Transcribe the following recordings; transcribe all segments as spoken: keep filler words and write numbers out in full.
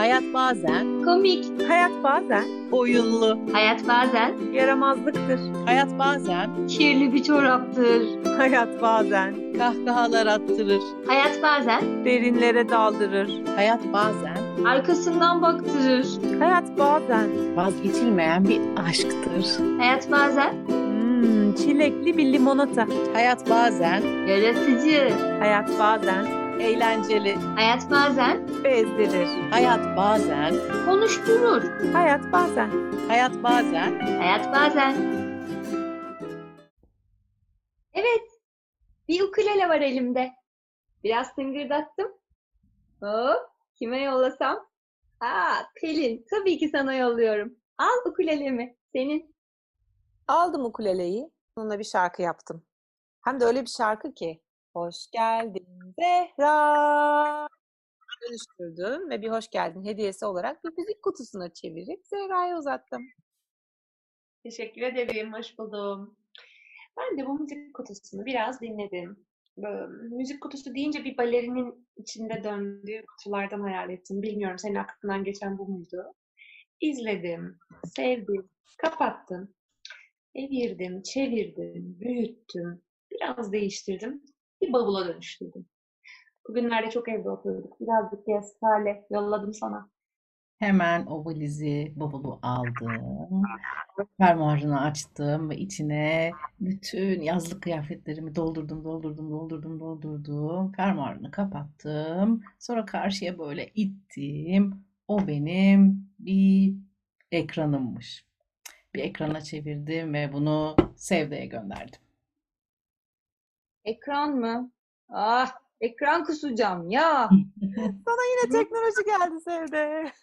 Hayat bazen Komik. Hayat bazen oyunlu. Hayat bazen yaramazlıktır. Hayat bazen kirli bir çoraptır. Hayat bazen kahkahalar attırır. Hayat bazen derinlere daldırır. Hayat bazen arkasından baktırır. Hayat bazen vazgeçilmeyen bir aşktır. Hayat bazen hmm, çilekli bir limonata. Hayat bazen yaratıcı. Hayat bazen eğlenceli. Hayat bazen bezdirir. Hayat bazen konuşturur. Hayat bazen hayat bazen Hayat bazen. Evet, bir ukulele var elimde. Biraz tıngırdattım. Hop, kime yollasam? Aa, Pelin, tabii ki sana yolluyorum. Al ukulelemi, senin. Aldım ukuleleyi. Onunla bir şarkı yaptım. Hem de öyle bir şarkı ki. Hoş geldin Zehra. Dönüştürdüm ve bir hoş geldin hediyesi olarak bir müzik kutusuna çevirip Zehra'ya uzattım. Teşekkür ederim, hoş buldum. Ben de bu müzik kutusunu biraz dinledim. Böyle, müzik kutusu deyince bir balerinin içinde döndüğü kutulardan hayal ettim. Bilmiyorum, senin aklından geçen bu muydu? İzledim, sevdim, kapattım, evirdim, çevirdim, büyüttüm, biraz değiştirdim, bir bavula dönüştürdüm. Bugünlerde çok evde oturduk. Birazcık yaz hale yolladım sana. hemen o valizi, bavulu aldım. Fermuarını açtım ve içine bütün yazlık kıyafetlerimi doldurdum, doldurdum, doldurdum, doldurdum. Fermuarını kapattım. Sonra karşıya böyle ittim. O benim bir ekranımmış. Bir ekrana çevirdim ve bunu Sevda'ya gönderdim. Ekran mı? Ah, ekran kusacağım ya. Sana yine teknoloji geldi Sevde.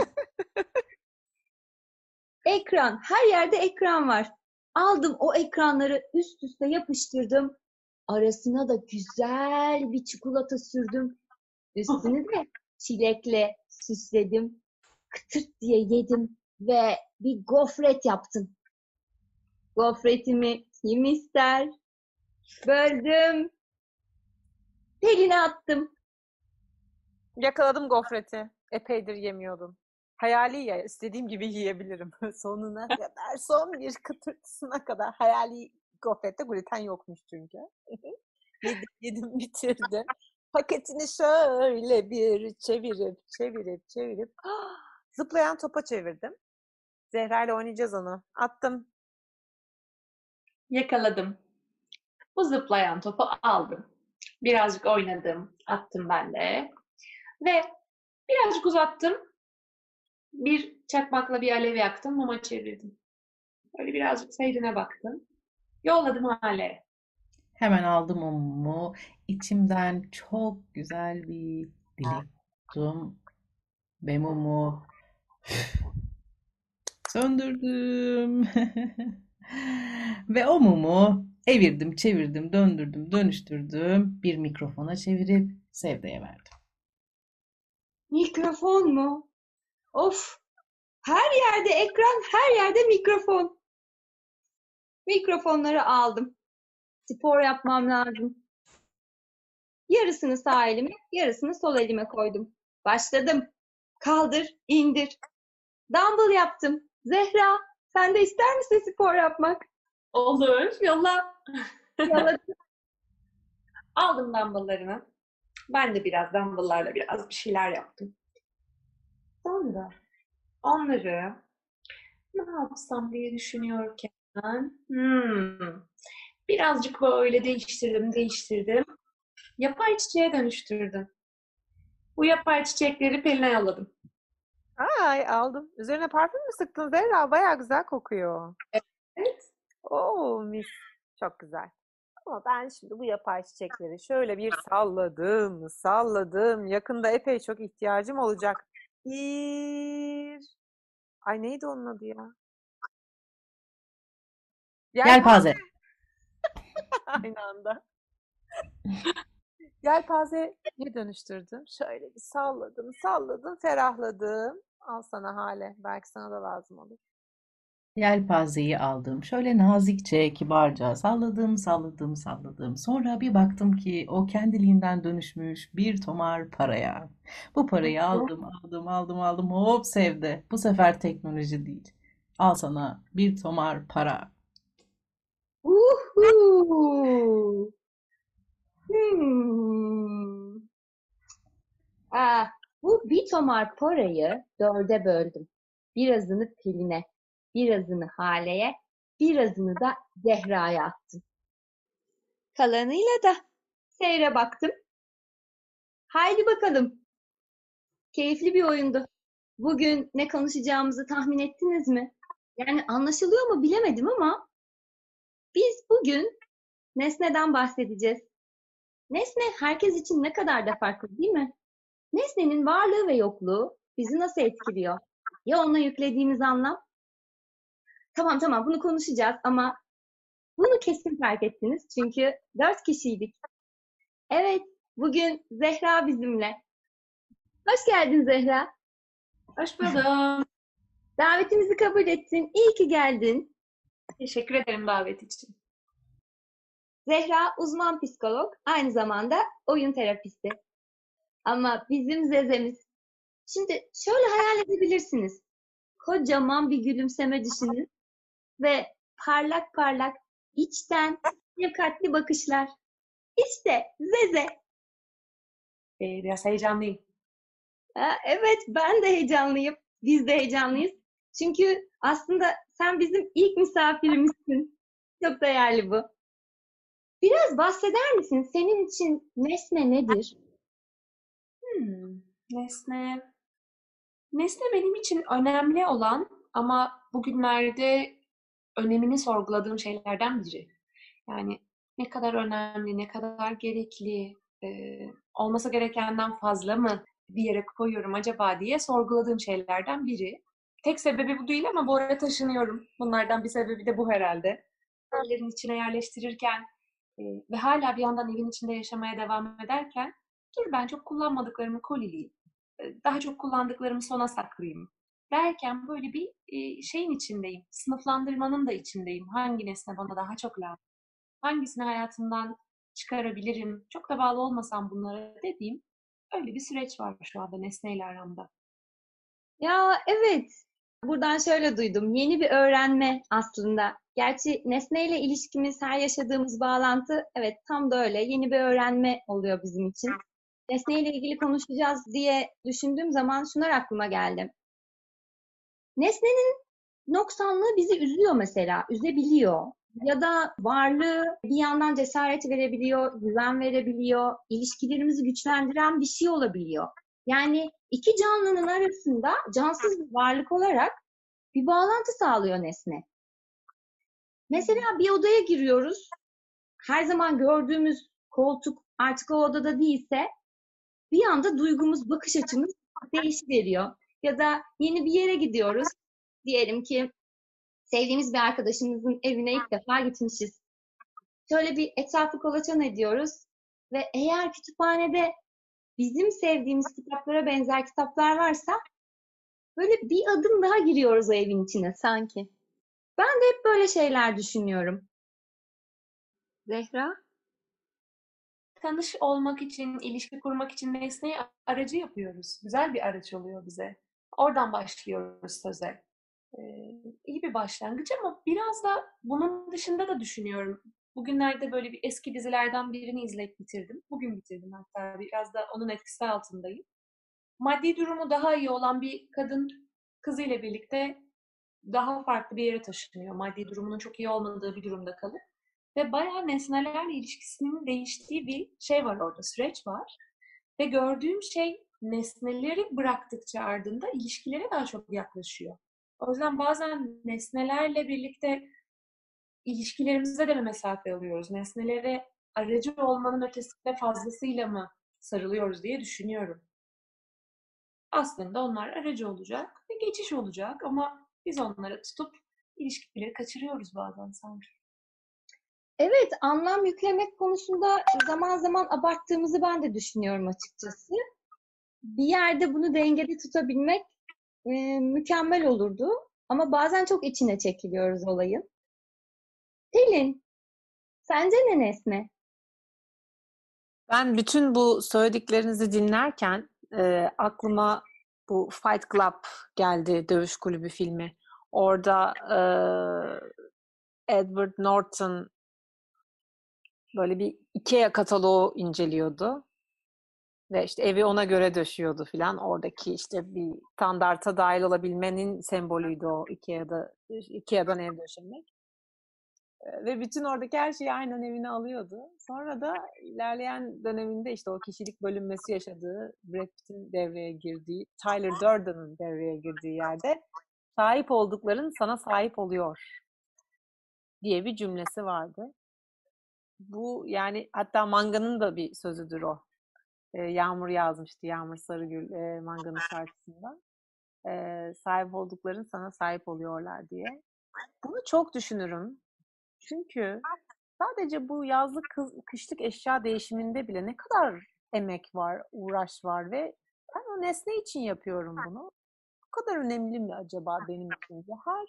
Ekran, her yerde ekran var. Aldım o ekranları üst üste yapıştırdım. Arasına da güzel bir çikolata sürdüm. Üstünü de çilekle süsledim. Kıtırt diye yedim ve bir gofret yaptım. Gofretimi kim ister? Böldüm. Pelin'e attım. Yakaladım gofreti. Epeydir yemiyordum. Hayali ya, istediğim gibi yiyebilirim. Sonuna kadar, son bir kıtırtısına kadar. Hayali gofrette gluten yokmuş çünkü. Yedim, yedim, bitirdim. Paketini şöyle bir çevirip, çevirip, çevirip zıplayan topa çevirdim. Zehra ile oynayacağız onu. Attım. Yakaladım. Bu zıplayan topu aldım. Birazcık oynadım, attım ben de. Ve birazcık uzattım. Bir çakmakla bir alev yaktım, muma çevirdim. Böyle birazcık seyrine baktım. Yolladım hale. Hemen aldım o mumu. İçimden çok güzel bir dilek tuttum ve mumu söndürdüm. Ve o mumu evirdim, çevirdim, döndürdüm, dönüştürdüm. Bir mikrofona çevirip Sevda'ya verdim. Mikrofon mu? Of! Her yerde ekran, her yerde mikrofon. Mikrofonları aldım. Spor yapmam lazım. Yarısını sağ elime, yarısını sol elime koydum. Başladım. Kaldır, indir. Dumbbell yaptım. Zehra, sen de ister misin spor yapmak? Olur, yolla. Yaladım. Aldım dumbbelllarımı. Ben de biraz dumbbelllarla biraz bir şeyler yaptım. Sonra onları ne yapsam diye düşünüyorken hmm, birazcık böyle değiştirdim, değiştirdim. Yapay çiçeğe dönüştürdüm. Bu yapay çiçekleri Pelin'e yolladım. Ay aldım. Üzerine parfüm mü sıktın Zehra? Bayağı güzel kokuyor. Evet. Oo mis. Çok güzel. Ama ben şimdi bu yapay çiçekleri şöyle bir salladım, salladım. Yakında epey çok ihtiyacım olacak. Bir... Ay neydi onun adı ya? Yelpaze. Aynı anda. Yelpazeye dönüştürdüm. Şöyle bir salladım, salladım, ferahladım. Al sana Hale. Belki sana da lazım olur. Yelpazeyi aldım. Şöyle nazikçe, kibarca salladım, salladım, salladım. Sonra bir baktım ki o kendiliğinden dönüşmüş bir tomar paraya. Bu parayı aldım, aldım, aldım, aldım. Hop sevdi. Bu sefer teknoloji değil. Al sana bir tomar para. Uhu. Hmm. Ah, bu bir tomar parayı dörde böldüm. Birazını Pelin'e, birazını Hale'ye, birazını da Zehra'ya attım. Kalanıyla da seyre baktım. Haydi bakalım. Keyifli bir oyundu. Bugün ne konuşacağımızı tahmin ettiniz mi? Yani anlaşılıyor mu bilemedim ama biz bugün nesneden bahsedeceğiz. Nesne herkes için ne kadar da farklı değil mi? Nesnenin varlığı ve yokluğu bizi nasıl etkiliyor? Ya ona yüklediğimiz anlam? Tamam tamam bunu konuşacağız ama bunu kesin fark ettiniz çünkü dört kişiydik. Evet, bugün Zehra bizimle. Hoş geldin Zehra. Hoş buldum. Davetimizi kabul ettin. İyi ki geldin. Teşekkür ederim davet için. Zehra uzman psikolog, aynı zamanda oyun terapisti. Ama bizim Zezemiz. Şimdi şöyle hayal edebilirsiniz. Kocaman bir gülümseme düşünün ve parlak parlak, içten, şefkatli bakışlar. İşte Zeze. Ee, biraz heyecanlıyım. Ha, evet, ben de heyecanlıyım. Biz de heyecanlıyız. Çünkü aslında sen bizim ilk misafirimizsin. Çok değerli bu. Biraz bahseder misin? Senin için nesne nedir? Hmm, nesne. Nesne benim için önemli olan ama bugünlerde önemini sorguladığım şeylerden biri. Yani ne kadar önemli, ne kadar gerekli, e, olması gerekenden fazla mı bir yere koyuyorum acaba diye sorguladığım şeylerden biri. Tek sebebi bu değil ama bu ara taşınıyorum. Bunlardan bir sebebi de bu herhalde. Evlerin içine yerleştirirken e, ve hala bir yandan evin içinde yaşamaya devam ederken dur ben çok kullanmadıklarımı kolileyim, e, daha çok kullandıklarımı sona saklayayım derken böyle bir e, şeyin içindeyim. Sınıflandırmanın da içindeyim. Hangi nesne bana daha çok lazım? Hangisini hayatımdan çıkarabilirim? Çok da bağlı olmasam bunlara dediğim öyle bir süreç var şu anda nesneyle aramda. Ya evet, buradan şöyle duydum. Yeni bir öğrenme aslında. Gerçi nesneyle ilişkimiz, her yaşadığımız bağlantı, evet tam da öyle. Yeni bir öğrenme oluyor bizim için. Nesneyle ilgili konuşacağız diye düşündüğüm zaman şunlar aklıma geldi. Nesnenin noksanlığı bizi üzüyor mesela, üzebiliyor. Ya da varlığı bir yandan cesaret verebiliyor, güven verebiliyor, ilişkilerimizi güçlendiren bir şey olabiliyor. Yani iki canlının arasında cansız bir varlık olarak bir bağlantı sağlıyor nesne. Mesela bir odaya giriyoruz, her zaman gördüğümüz koltuk artık o odada değilse bir anda duygumuz, bakış açımız değişiveriyor. Ya da yeni bir yere gidiyoruz, diyelim ki sevdiğimiz bir arkadaşımızın evine ilk defa gitmişiz. Şöyle bir etrafı kolaçan ediyoruz ve eğer kütüphanede bizim sevdiğimiz kitaplara benzer kitaplar varsa böyle bir adım daha giriyoruz o evin içine sanki. Ben de hep böyle şeyler düşünüyorum. Zehra? Tanış olmak için, ilişki kurmak için nesneyi aracı yapıyoruz. Güzel bir araç oluyor bize. Oradan başlıyoruz söze. Ee, iyi bir başlangıç ama biraz da bunun dışında da düşünüyorum. Bugünlerde böyle bir eski dizilerden birini izleyip bitirdim. Bugün bitirdim hatta. Biraz da onun etkisi altındayım. Maddi durumu daha iyi olan bir kadın kızıyla birlikte daha farklı bir yere taşınıyor. Maddi durumunun çok iyi olmadığı bir durumda kalıp. Ve bayağı nesnelerle ilişkisinin değiştiği bir şey var orada, süreç var. Ve gördüğüm şey nesneleri bıraktıkça ardında ilişkilere daha çok yaklaşıyor. O yüzden bazen nesnelerle birlikte ilişkilerimize de mi mesafe alıyoruz? Nesnelere aracı olmanın ötesinde fazlasıyla mı sarılıyoruz diye düşünüyorum. Aslında onlar aracı olacak ve geçiş olacak ama biz onlara tutup ilişkileri kaçırıyoruz bazen sanki. Evet, anlam yüklemek konusunda zaman zaman abarttığımızı ben de düşünüyorum açıkçası. Bir yerde bunu dengede tutabilmek e, mükemmel olurdu. Ama bazen çok içine çekiliyoruz olayın. Pelin, sence ne nesne? Ben bütün bu söylediklerinizi dinlerken e, aklıma bu Fight Club geldi, Dövüş Kulübü filmi. Orada e, Edward Norton böyle bir IKEA kataloğu inceliyordu. Ve işte evi ona göre döşüyordu filan. Oradaki işte bir standarta dahil olabilmenin sembolüydü o IKEA'da, IKEA'dan ev döşemek. Ee, Ve bütün oradaki her şeyi aynen evine alıyordu. Sonra da ilerleyen döneminde işte o kişilik bölünmesi yaşadığı, Brad Pitt'in devreye girdiği, Tyler Durden'ın devreye girdiği yerde sahip oldukların sana sahip oluyor diye bir cümlesi vardı. Bu yani hatta manganın da bir sözüdür o. Ee, Yağmur yazmıştı, Yağmur Sarıgül e, manganın şarkısında. Ee, sahip oldukların sana sahip oluyorlar diye. Bunu çok düşünürüm. Çünkü sadece bu yazlık kız- kışlık eşya değişiminde bile ne kadar emek var, uğraş var ve ben o nesne için yapıyorum bunu. Bu kadar önemli mi acaba benim için? Her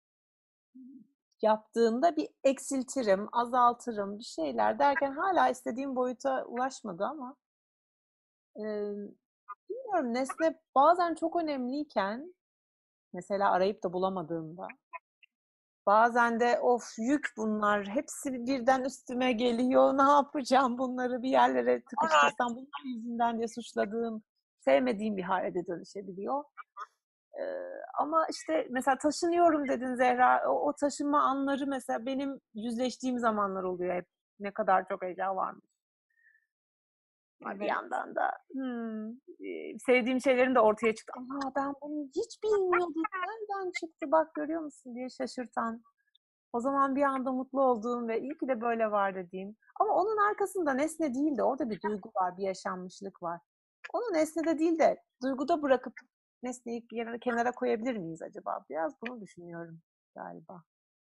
yaptığımda bir eksiltirim, azaltırım, bir şeyler derken hala istediğim boyuta ulaşmadı ama e, bilmiyorum, nesne bazen çok önemliyken mesela arayıp da bulamadığımda bazen de of yük bunlar. Hepsi birden üstüme geliyor. Ne yapacağım bunları bir yerlere tıkıştırsam bunlar yüzünden diye suçladığım, sevmediğim bir hale de dönüşebiliyor. Ee, ama işte mesela taşınıyorum dedin Zehra. O, o taşınma anları mesela benim yüzleştiğim zamanlar oluyor hep. Ne kadar çok eşya varmış. Ama bir Evet. yandan da hmm, e, sevdiğim şeylerin de ortaya çıktı. Aa ben bunu hiç bilmiyordum. Nereden çıktı bak görüyor musun diye şaşırtan. O zaman bir anda mutlu olduğum ve iyi ki de böyle var dediğim. Ama onun arkasında nesne değil de orada bir duygu var, bir yaşanmışlık var. Onu nesnede değil de duyguda bırakıp nesneyi kenara, kenara koyabilir miyiz acaba? Biraz bunu düşünüyorum galiba.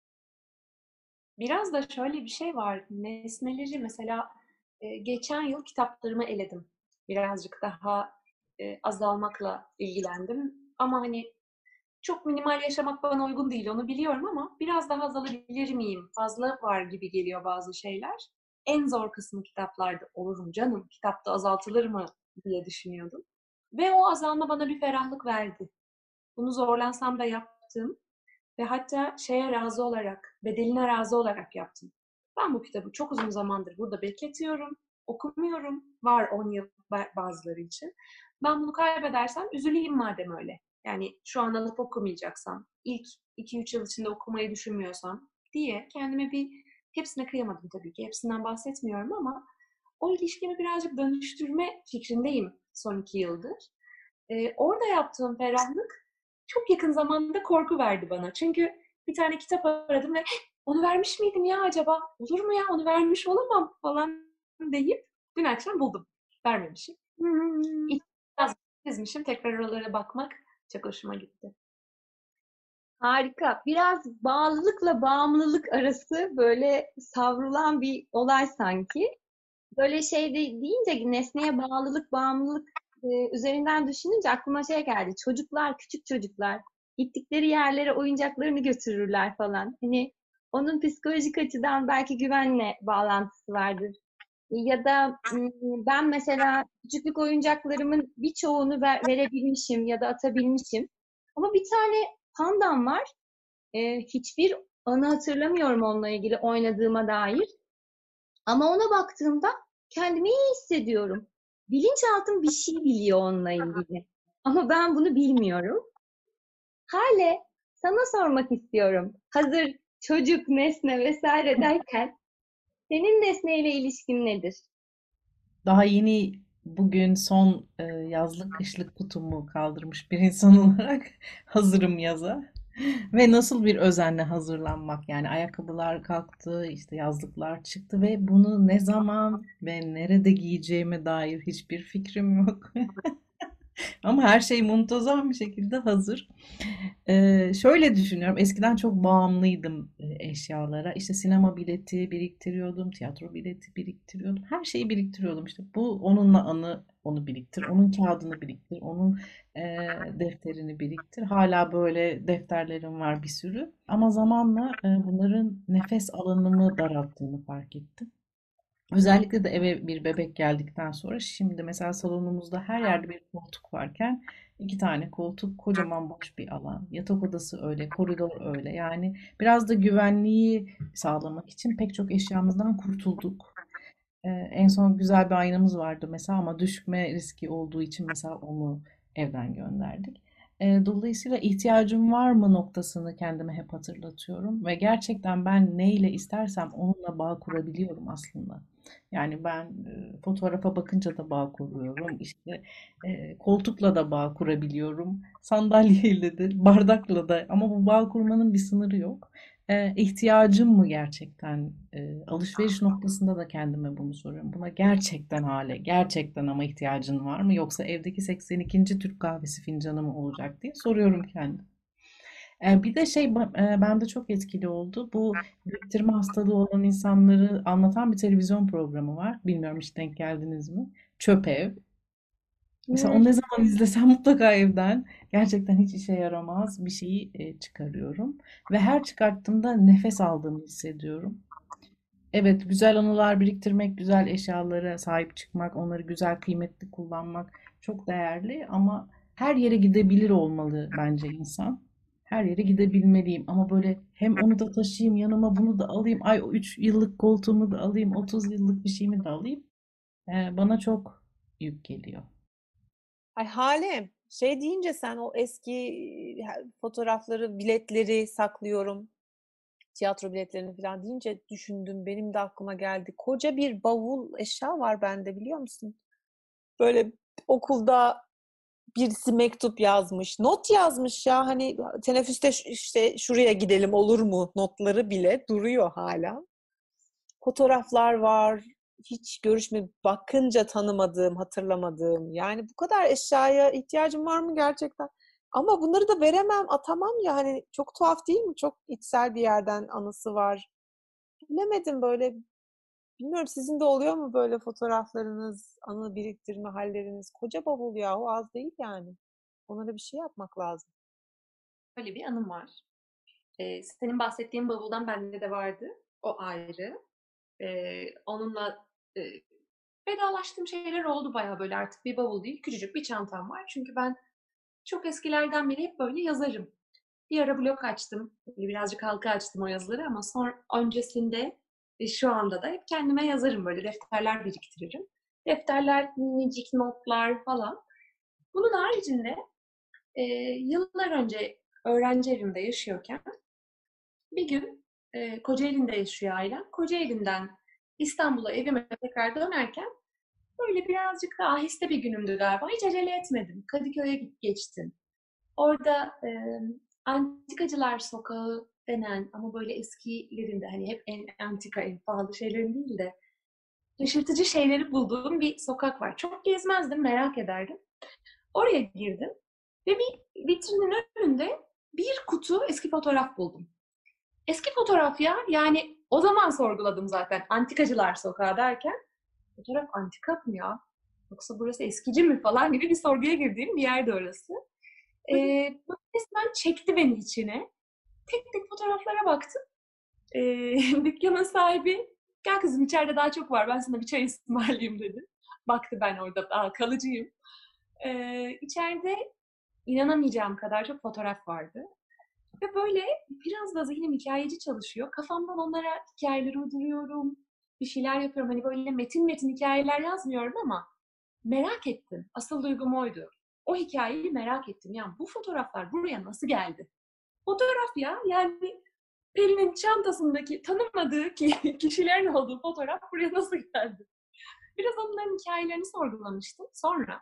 Biraz da şöyle bir şey var. Nesneleri mesela e, geçen yıl kitaplarımı eledim. Birazcık daha e, azalmakla ilgilendim. Ama hani çok minimal yaşamak bana uygun değil, onu biliyorum ama biraz daha azalabilir miyim? Fazla var gibi geliyor bazı şeyler. En zor kısmı kitaplarda olur mu canım? Kitapta azaltılır mı diye düşünüyordum. Ve o azalma bana bir ferahlık verdi. Bunu zorlansam da yaptım. Ve hatta şeye razı olarak, bedeline razı olarak yaptım. Ben bu kitabı çok uzun zamandır burada bekletiyorum, okumuyorum. Var on yıl bazıları için. Ben bunu kaybedersem üzüleyim madem öyle. Yani şu an alıp okumayacaksam, ilk iki üç yıl içinde okumayı düşünmüyorsam diye kendime bir, hepsine kıyamadım tabii ki, hepsinden bahsetmiyorum ama o ilişkimi birazcık dönüştürme fikrindeyim son iki yıldır. Ee, orada yaptığım ferahlık çok yakın zamanda korku verdi bana. Çünkü bir tane kitap aradım ve onu vermiş miydim ya acaba? Olur mu ya onu vermiş olamam falan deyip dün akşam buldum. Vermemişim. Hmm. İlk biraz çizmişim. Tekrar oralara bakmak çok hoşuma gitti. Harika. Biraz bağlılıkla bağımlılık arası böyle savrulan bir olay sanki. Böyle şey de deyince nesneye bağlılık, bağımlılık e, üzerinden düşününce aklıma şey geldi. Çocuklar, küçük çocuklar gittikleri yerlere oyuncaklarını götürürler falan. Hani onun psikolojik açıdan belki güvenle bağlantısı vardır. Ya da m, ben mesela küçüklük oyuncaklarımın birçoğunu ver- verebilmişim ya da atabilmişim. Ama bir tane pandam var. E, hiçbir anı hatırlamıyorum onunla ilgili oynadığıma dair. Ama ona baktığımda kendimi iyi hissediyorum. Bilinçaltım bir şey biliyor onunla ilgili. Ama ben bunu bilmiyorum. Hale, sana sormak istiyorum. Hazır çocuk, nesne vesaire derken senin nesneyle ilişkin nedir? Daha yeni bugün son e, yazlık kışlık kutumu kaldırmış bir insan olarak hazırım yaza. Ve nasıl bir özenle hazırlanmak, yani ayakkabılar kalktı, işte yazlıklar çıktı ve bunu ne zaman ve nerede giyeceğime dair hiçbir fikrim yok. Ama her şey muntazam bir şekilde hazır. Ee, şöyle düşünüyorum. Eskiden çok bağımlıydım e, eşyalara. İşte sinema bileti biriktiriyordum, tiyatro bileti biriktiriyordum. Her şeyi biriktiriyordum. İşte bu onunla anı, onu biriktir, onun kağıdını biriktir, onun e, defterini biriktir. Hala böyle defterlerim var bir sürü. Ama zamanla e, bunların nefes alanımı daralttığını fark ettim. Özellikle de eve bir bebek geldikten sonra şimdi mesela salonumuzda her yerde bir koltuk varken iki tane koltuk, kocaman boş bir alan. Yatak odası öyle, koridor öyle. Yani biraz da güvenliği sağlamak için pek çok eşyamızdan kurtulduk. Ee, en son güzel bir aynamız vardı mesela ama düşme riski olduğu için mesela onu evden gönderdik. Ee, dolayısıyla ihtiyacım var mı noktasını kendime hep hatırlatıyorum ve gerçekten ben neyle istersem onunla bağ kurabiliyorum aslında. Yani ben e, fotoğrafa bakınca da bağ kuruyorum, işte e, koltukla da bağ kurabiliyorum, sandalyeyle de, bardakla da ama bu bağ kurmanın bir sınırı yok. Eee, ihtiyacım mı gerçekten? Eee, alışveriş noktasında da kendime bunu soruyorum. Buna gerçekten hale, gerçekten ama ihtiyacın var mı? Yoksa evdeki seksen ikinci Türk kahvesi fincanı mı olacak diye soruyorum kendime. Eee, bir de şey ba- eee, bende çok etkili oldu. Bu biriktirme hastalığı olan insanları anlatan bir televizyon programı var. Bilmiyorum hiç denk geldiniz mi? Çöp Ev. Mesela onu Hmm. ne zaman izlesem mutlaka evden gerçekten hiç işe yaramaz bir şeyi e, çıkarıyorum. Ve her çıkarttığımda nefes aldığımı hissediyorum. Evet, güzel anılar biriktirmek, güzel eşyalara sahip çıkmak, onları güzel, kıymetli kullanmak çok değerli ama her yere gidebilir olmalı bence insan. Her yere gidebilmeliyim ama böyle hem onu da taşıyayım yanıma bunu da alayım. Ay o üç yıllık koltuğumu da alayım, otuz yıllık bir şeyimi de alayım. e, bana çok yük geliyor. Ay Hale, şey deyince sen o eski e, fotoğrafları, biletleri saklıyorum. Tiyatro biletlerini falan deyince düşündüm. Benim de aklıma geldi. Koca bir bavul eşya var bende biliyor musun? Böyle okulda birisi mektup yazmış, not yazmış ya hani teneffüste ş- işte şuraya gidelim olur mu notları bile duruyor hala. Fotoğraflar var, hiç görüşme bakınca tanımadığım, hatırlamadığım. Yani bu kadar eşyaya ihtiyacım var mı gerçekten? Ama bunları da veremem, atamam ya hani çok tuhaf değil mi? Çok içsel bir yerden anısı var. Bilemedim böyle. Bilmiyorum sizin de oluyor mu böyle fotoğraflarınız, anı biriktirme halleriniz? Koca bavul ya o az değil yani. Onlara bir şey yapmak lazım. Böyle bir anım var. Ee, senin bahsettiğin bavuldan bende de vardı. O ayrı. Ee, onunla e, vedalaştığım şeyler oldu bayağı böyle artık bir bavul değil, küçücük bir çantam var. Çünkü ben çok eskilerden beri hep böyle yazarım. Bir ara blog açtım. Böyle birazcık halka açtım o yazıları ama sonra öncesinde e, şu anda da hep kendime yazarım böyle defterler biriktiririm. Defterler, minicik notlar falan. Bunun haricinde e, yıllar önce öğrenci evimde yaşıyorken bir gün e, Kocaeli'nde yaşıyor ailem. Kocaeli'nden İstanbul'a evime tekrar dönerken böyle birazcık da ahiste bir günümdü galiba. Hiç acele etmedim. Kadıköy'e git geçtim. Orada e, Antikacılar Sokağı denen ama böyle eskilerinde hani hep en antika, en pahalı şeylerin değil de şaşırtıcı şeyleri bulduğum bir sokak var. Çok gezmezdim, merak ederdim. Oraya girdim ve bir vitrinin önünde bir kutu eski fotoğraf buldum. Eski fotoğraf ya, yani o zaman sorguladım zaten Antikacılar Sokağı derken. Fotoğraf antika mı ya? Yoksa burası eskici mi falan gibi bir sorguya girdiğim bir yerde orası. Ee, resmen çekti beni içine. Tek tek fotoğraflara baktım. Ee, dükkanın sahibi, gel kızım içeride daha çok var ben sana bir çay ısmarlayayım dedi. Baktı ben orada daha kalıcıyım. Ee, içeride inanamayacağım kadar çok fotoğraf vardı. Ve böyle biraz da zihnim hikayeci çalışıyor. Kafamdan onlara hikayeleri uyduruyorum. Bir şeyler yapıyorum. Hani böyle metin metin hikayeler yazmıyorum ama merak ettim. Asıl duygum oydu. O hikayeyi merak ettim. Yani bu fotoğraflar buraya nasıl geldi? Fotoğraf ya. Yani Pelin'in çantasındaki tanımadığı kişilerin olduğu fotoğraf buraya nasıl geldi? Biraz onların hikayelerini sorgulamıştım. Sonra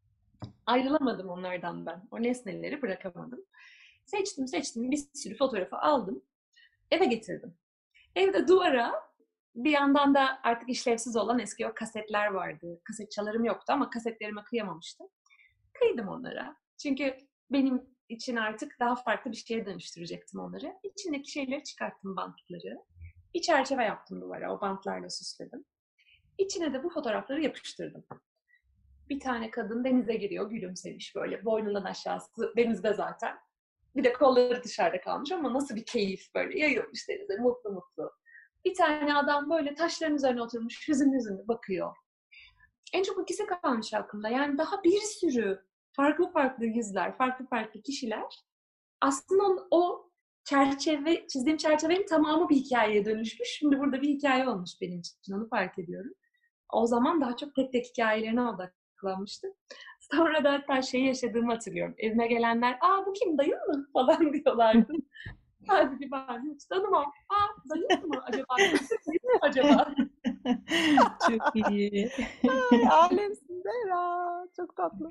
ayrılamadım onlardan ben. O nesneleri bırakamadım. Seçtim seçtim bir sürü fotoğrafı aldım. Eve getirdim. Evde duvara bir yandan da artık işlevsiz olan eski o kasetler vardı. Kaset çalarım yoktu ama kasetlerime kıyamamıştım. Kıydım onlara. Çünkü benim için artık daha farklı bir şeye dönüştürecektim onları. İçindeki şeyleri çıkarttım, bantları. Bir çerçeve yaptım duvara, o bantlarla süsledim. İçine de bu fotoğrafları yapıştırdım. Bir tane kadın denize giriyor, gülümsemiş böyle. Boynundan aşağısı denizde zaten. Bir de kolları dışarıda kalmış ama nasıl bir keyif böyle. Yayılmış denize, mutlu mutlu. Bir tane adam böyle taşların üzerine oturmuş, hüzünlü hüzünlü bakıyor. En çok ikisi kalmış aklımda. Yani daha bir sürü farklı farklı yüzler, farklı farklı kişiler. Aslında o, o çerçeve, çizdiğim çerçevenin tamamı bir hikayeye dönüşmüş. Şimdi burada bir hikaye olmuş benim için, onu fark ediyorum. O zaman daha çok tek tek hikayelerine odaklanmıştım. Sonra da hatta şeyi yaşadığımı hatırlıyorum. Evime gelenler, aa bu kim, dayın mı falan diyorlardı. Halbuki ben hiç tanımam. Aa dayın mı acaba? Dayın mı acaba? Çok iyi. Ay, alemsin Zehra. Çok tatlı.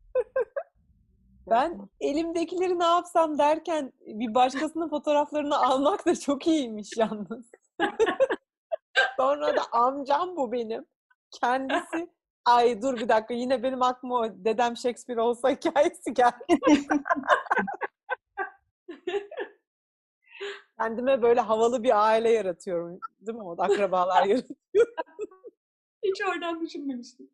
Ben elimdekileri ne yapsam derken bir başkasının fotoğraflarını almak da çok iyiymiş yalnız. Sonra da amcam bu benim. Kendisi. Ay dur bir dakika, yine benim aklıma o dedem Shakespeare olsa hikayesi geldi. Kendime böyle havalı bir aile yaratıyorum. Değil mi? O da akrabalar yaratıyor. Hiç oradan düşünmemiştim.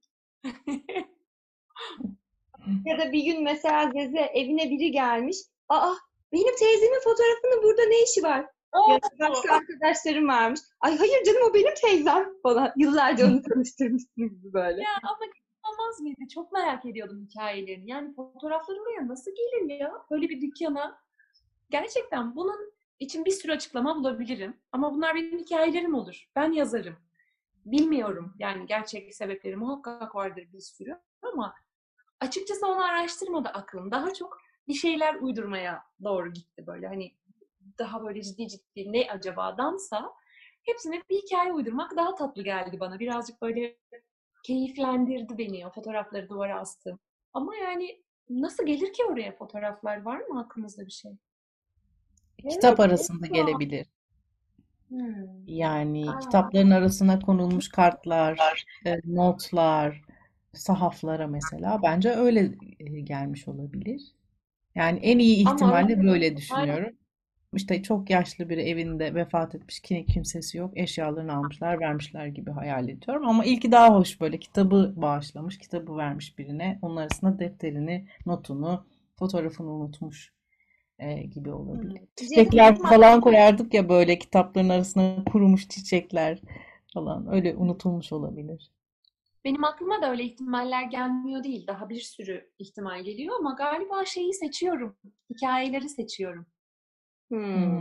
Ya da bir gün mesela Zeze evine biri gelmiş. Aa benim teyzemin fotoğrafının burada ne işi var? Ya da başka arkadaşlarım varmış. Ay hayır canım o benim teyzem falan. Yıllarca onu tanıştırmışsınız gibi böyle. Ya ama olmaz mıydı? Çok merak ediyordum hikayelerini. Yani fotoğraflar oraya nasıl gelir ya? Böyle bir dükkana. Gerçekten bunun için bir sürü açıklama bulabilirim. Ama bunlar benim hikayelerim olur. Ben yazarım. Bilmiyorum. Yani gerçek sebepleri muhakkak vardır bir sürü. Ama açıkçası onu araştırmadı aklım. Daha çok bir şeyler uydurmaya doğru gitti böyle. Hani daha böyle ciddi ciddi ne acabadansa hepsine bir hikaye uydurmak daha tatlı geldi bana. Birazcık böyle keyiflendirdi beni o fotoğrafları duvara astım. Ama yani nasıl gelir ki oraya fotoğraflar? Var mı aklınızda bir şey? Kitap arasında gelebilir. Hmm. Yani Aa, kitapların arasına konulmuş kartlar, e, notlar, sahaflara mesela bence öyle e, gelmiş olabilir. Yani en iyi ama ihtimalle böyle aynen. düşünüyorum. İşte çok yaşlı biri evinde vefat etmiş, ki kimsesi yok, eşyalarını almışlar, vermişler gibi hayal ediyorum. Ama ilki daha hoş, böyle kitabı bağışlamış, kitabı vermiş birine, onun arasına defterini, notunu, fotoğrafını unutmuş e, gibi olabilir. Çiçekler Cem, falan koyardık ya, böyle kitapların arasına kurumuş çiçekler falan, öyle unutulmuş olabilir. Benim aklıma da öyle ihtimaller gelmiyor değil. Daha bir sürü ihtimal geliyor ama galiba şeyi seçiyorum. Hikayeleri seçiyorum. hmm. Hmm.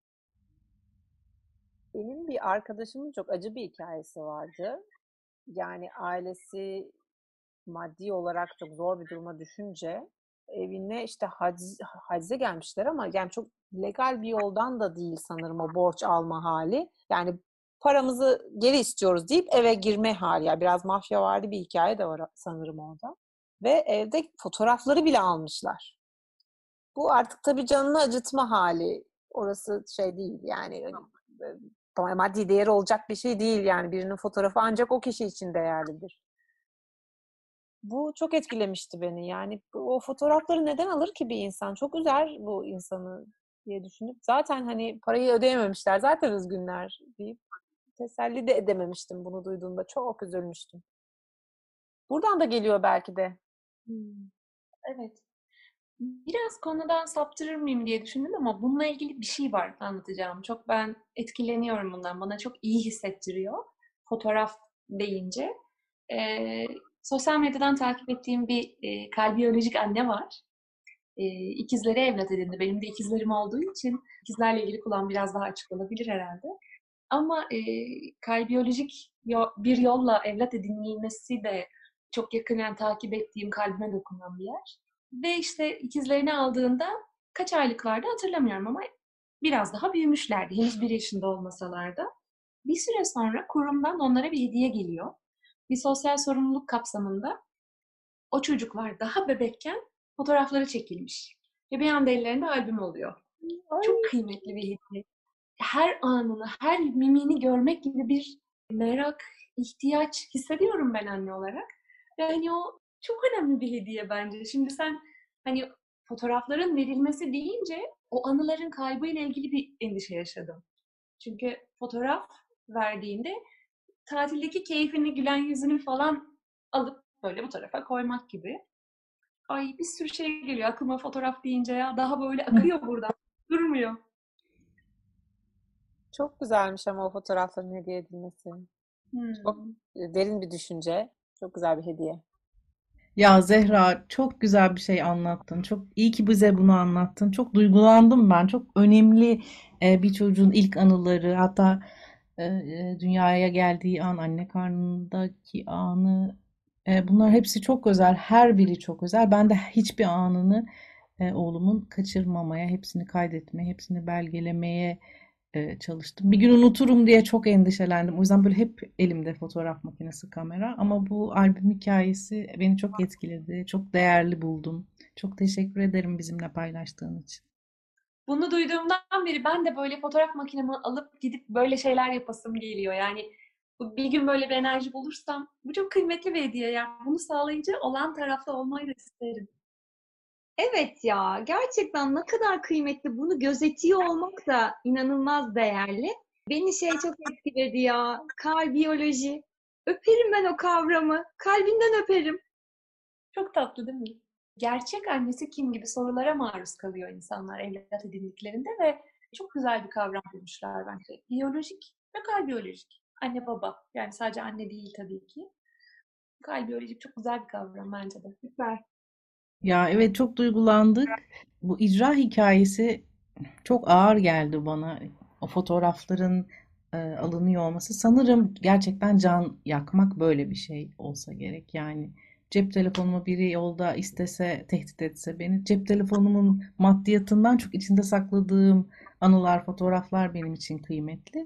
Benim bir arkadaşımın çok acı bir hikayesi vardı. Yani ailesi maddi olarak çok zor bir duruma düşünce evine işte haciz, hacize gelmişler ama yani çok legal bir yoldan da değil sanırım o borç alma hali. Yani paramızı geri istiyoruz deyip eve girme hali. Yani biraz mafyavari bir hikaye de var sanırım orada. Ve evde fotoğrafları bile almışlar. Bu artık tabii canını acıtma hali. Orası şey değil yani e, maddi değeri olacak bir şey değil yani birinin fotoğrafı ancak o kişi için değerlidir. Bu çok etkilemişti beni. Yani o fotoğrafları neden alır ki bir insan? Çok üzer bu insanı diye düşünüp zaten hani parayı ödeyememişler. Zaten üzgünler deyip teselli de edememiştim bunu duyduğumda. Çok üzülmüştüm. Buradan da geliyor belki de. Hmm. Evet. Biraz konudan saptırır mıyım diye düşündüm ama bununla ilgili bir şey var anlatacağım. Çok ben etkileniyorum bundan. Bana çok iyi hissettiriyor. Fotoğraf deyince. Ee, sosyal medyadan takip ettiğim bir e, karbiyolojik anne var. E, ikizleri evlat edindi. Benim de ikizlerim olduğu için ikizlerle ilgili kulağım biraz daha açık olabilir herhalde. Ama e, karbiyolojik yo- bir yolla evlat edinilmesi de çok yakından takip ettiğim, kalbime dokunan bir yer. Ve işte ikizlerini aldığında kaç aylıklardı hatırlamıyorum ama biraz daha büyümüşlerdi. Henüz bir yaşında olmasalar da. Bir süre sonra kurumdan onlara bir hediye geliyor. Bir sosyal sorumluluk kapsamında o çocuklar daha bebekken fotoğrafları çekilmiş. Ve bir anda ellerinde albüm oluyor. Ay. Çok kıymetli bir hediye. Her anını, her mimini görmek gibi bir merak, ihtiyaç hissediyorum ben anne olarak. Yani o çok önemli bir hediye bence. Şimdi sen hani fotoğrafların verilmesi deyince o anıların kaybıyla ilgili bir endişe yaşadım. Çünkü fotoğraf verdiğinde tatildeki keyfini, gülen yüzünü falan alıp böyle bu tarafa koymak gibi. Ay bir sürü şey geliyor aklıma fotoğraf deyince ya. Daha böyle akıyor buradan. Durmuyor. Çok güzelmiş ama o fotoğrafların hediye edilmesi. Çok Hmm. e, derin bir düşünce. Çok güzel bir hediye. Ya Zehra çok güzel bir şey anlattın. Çok iyi ki bize bunu anlattın. Çok duygulandım ben. Çok önemli e, bir çocuğun ilk anıları, hatta e, e, dünyaya geldiği an, anne karnındaki anı. E, bunlar hepsi çok özel. Her biri çok özel. Ben de hiçbir anını e, oğlumun kaçırmamaya, hepsini kaydetmeye, hepsini belgelemeye e, çalıştım. Bir gün unuturum diye çok endişelendim. O yüzden böyle hep elimde fotoğraf makinesi, kamera. Ama bu albüm hikayesi beni çok etkiledi. Çok değerli buldum. Çok teşekkür ederim bizimle paylaştığın için. Bunu duyduğumdan beri ben de böyle fotoğraf makinemi alıp gidip böyle şeyler yapasım geliyor. Yani bu- bir gün böyle bir enerji bulursam bu çok kıymetli bir hediye. Yani bunu sağlayıcı olan tarafta olmayı da isterim. Evet ya, gerçekten ne kadar kıymetli. Bunu gözetiyor olmak da inanılmaz değerli. Beni şey çok etkiledi ya. Kar biyoloji. Öperim ben o kavramı. Kalbinden öperim. Çok tatlı değil mi? Gerçek annesi kim gibi sorulara maruz kalıyor insanlar evlat edindiklerinde ve çok güzel bir kavram bulmuşlar bence. Biyolojik, lokal biyolojik. Anne baba. Yani sadece anne değil tabii ki. Lokal biyolojik çok güzel bir kavram bence de. Süper. Ya evet, çok duygulandık. Bu icra hikayesi çok ağır geldi bana. O fotoğrafların e, alınıyor olması. Sanırım gerçekten can yakmak böyle bir şey olsa gerek. Yani cep telefonumu biri yolda istese, tehdit etse beni, cep telefonumun maddiyatından çok içinde sakladığım anılar, fotoğraflar benim için kıymetli.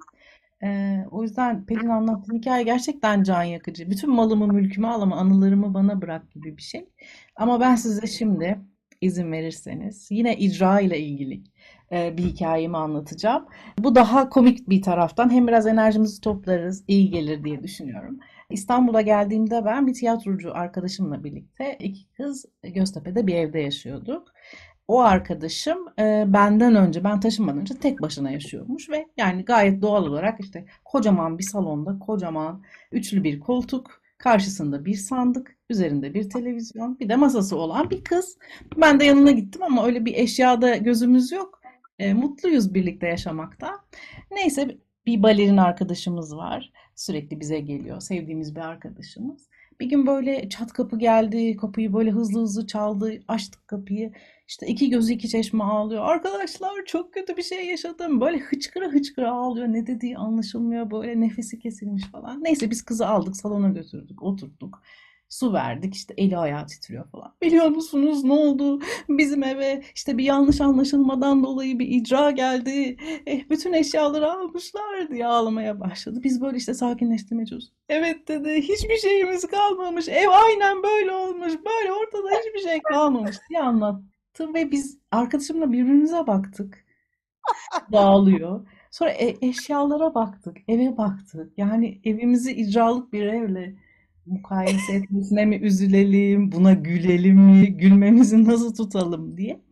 E, o yüzden Pelin anlattığın hikaye gerçekten can yakıcı. Bütün malımı, mülkümü al ama anılarımı bana bırak gibi bir şey. Ama ben size şimdi, izin verirseniz, yine icra ile ilgili e, bir hikayemi anlatacağım. Bu daha komik bir taraftan, hem biraz enerjimizi toplarız, iyi gelir diye düşünüyorum. İstanbul'a geldiğimde ben bir tiyatrocu arkadaşımla birlikte iki kız Göztepe'de bir evde yaşıyorduk. O arkadaşım e, benden önce, ben taşınmadan önce tek başına yaşıyormuş ve yani gayet doğal olarak işte kocaman bir salonda, kocaman üçlü bir koltuk, karşısında bir sandık, üzerinde bir televizyon, bir de masası olan bir kız. Ben de yanına gittim ama öyle bir eşyada gözümüz yok. E, mutluyuz birlikte yaşamakta. Neyse, bir balerin arkadaşımız var. Sürekli bize geliyor. Sevdiğimiz bir arkadaşımız. Bir gün böyle çat kapı geldi. Kapıyı böyle hızlı hızlı çaldı. Açtık kapıyı. İşte iki gözü iki çeşme ağlıyor. Arkadaşlar, çok kötü bir şey yaşadım. Böyle hıçkıra hıçkıra ağlıyor. Ne dediği anlaşılmıyor. Böyle nefesi kesilmiş falan. Neyse, biz kızı aldık, salona götürdük. Oturttuk. Su verdik, işte eli ayağı titriyor falan. Biliyor musunuz ne oldu? Bizim eve işte bir yanlış anlaşılmadan dolayı bir icra geldi. Eh, bütün eşyaları almışlar diye ağlamaya başladı. Biz böyle işte sakinleştirmeye çalıştık. Evet dedi, hiçbir şeyimiz kalmamış. Ev aynen böyle olmuş. Böyle ortada hiçbir şey kalmamış diye anlattı. Ve biz arkadaşımla birbirimize baktık. Dağılıyor. Sonra e- eşyalara baktık, eve baktık. Yani evimizi icralık bir evle mukayese etmesine mi üzülelim, buna gülelim mi, gülmemizi nasıl tutalım diye.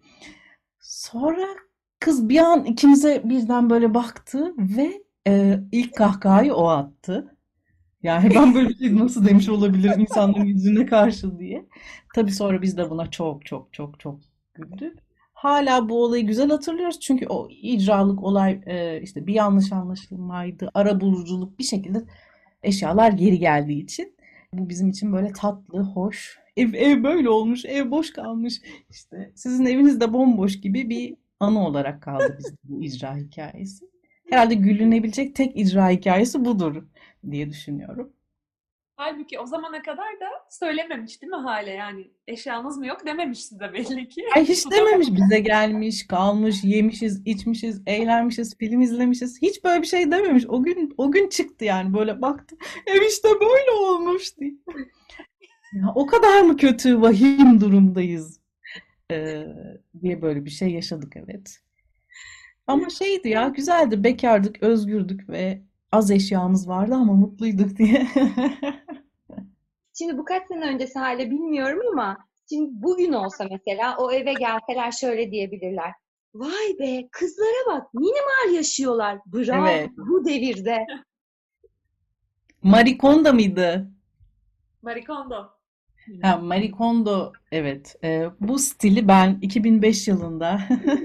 Sonra kız bir an ikimize birden böyle baktı ve e, ilk kahkahayı o attı. Yani ben böyle bir şey nasıl demiş olabilirim insanların yüzüne karşı diye. Tabii sonra biz de buna çok çok çok çok güldük. Hala bu olayı güzel hatırlıyoruz çünkü o icralık olay e, işte bir yanlış anlaşılmaydı, arabuluculuk, bir şekilde eşyalar geri geldiği için bu bizim için böyle tatlı, hoş. Ev, ev böyle olmuş, ev boş kalmış. İşte sizin eviniz de bomboş gibi bir anı olarak kaldı bizde bu icra hikayesi. Herhalde gülünebilecek tek icra hikayesi budur diye düşünüyorum. Halbuki o zamana kadar da söylememiş değil mi hale yani? Eşyanız mı yok dememiş size belli ki. Ay hiç Tutamamış. dememiş, bize gelmiş, kalmış, yemişiz, içmişiz, eğlenmişiz, film izlemişiz. Hiç böyle bir şey dememiş. O gün o gün çıktı yani, böyle baktı. Ev işte böyle olmuş diye. Ya, o kadar mı kötü, vahim durumdayız ee, diye böyle bir şey yaşadık, evet. Ama şeydi ya, güzeldi, bekardık, özgürdük ve az eşyamız vardı ama mutluyduk diye. Şimdi bu kaç sene öncesi hale bilmiyorum ama Şimdi bugün olsa mesela o eve gelseler şöyle diyebilirler. Vay be kızlara bak minimal yaşıyorlar. Bravo Evet. bu devirde. Marie Kondo mıydı? Marie Kondo. Ha, Marie Kondo, evet. Ee, bu stili ben iki bin beş yılında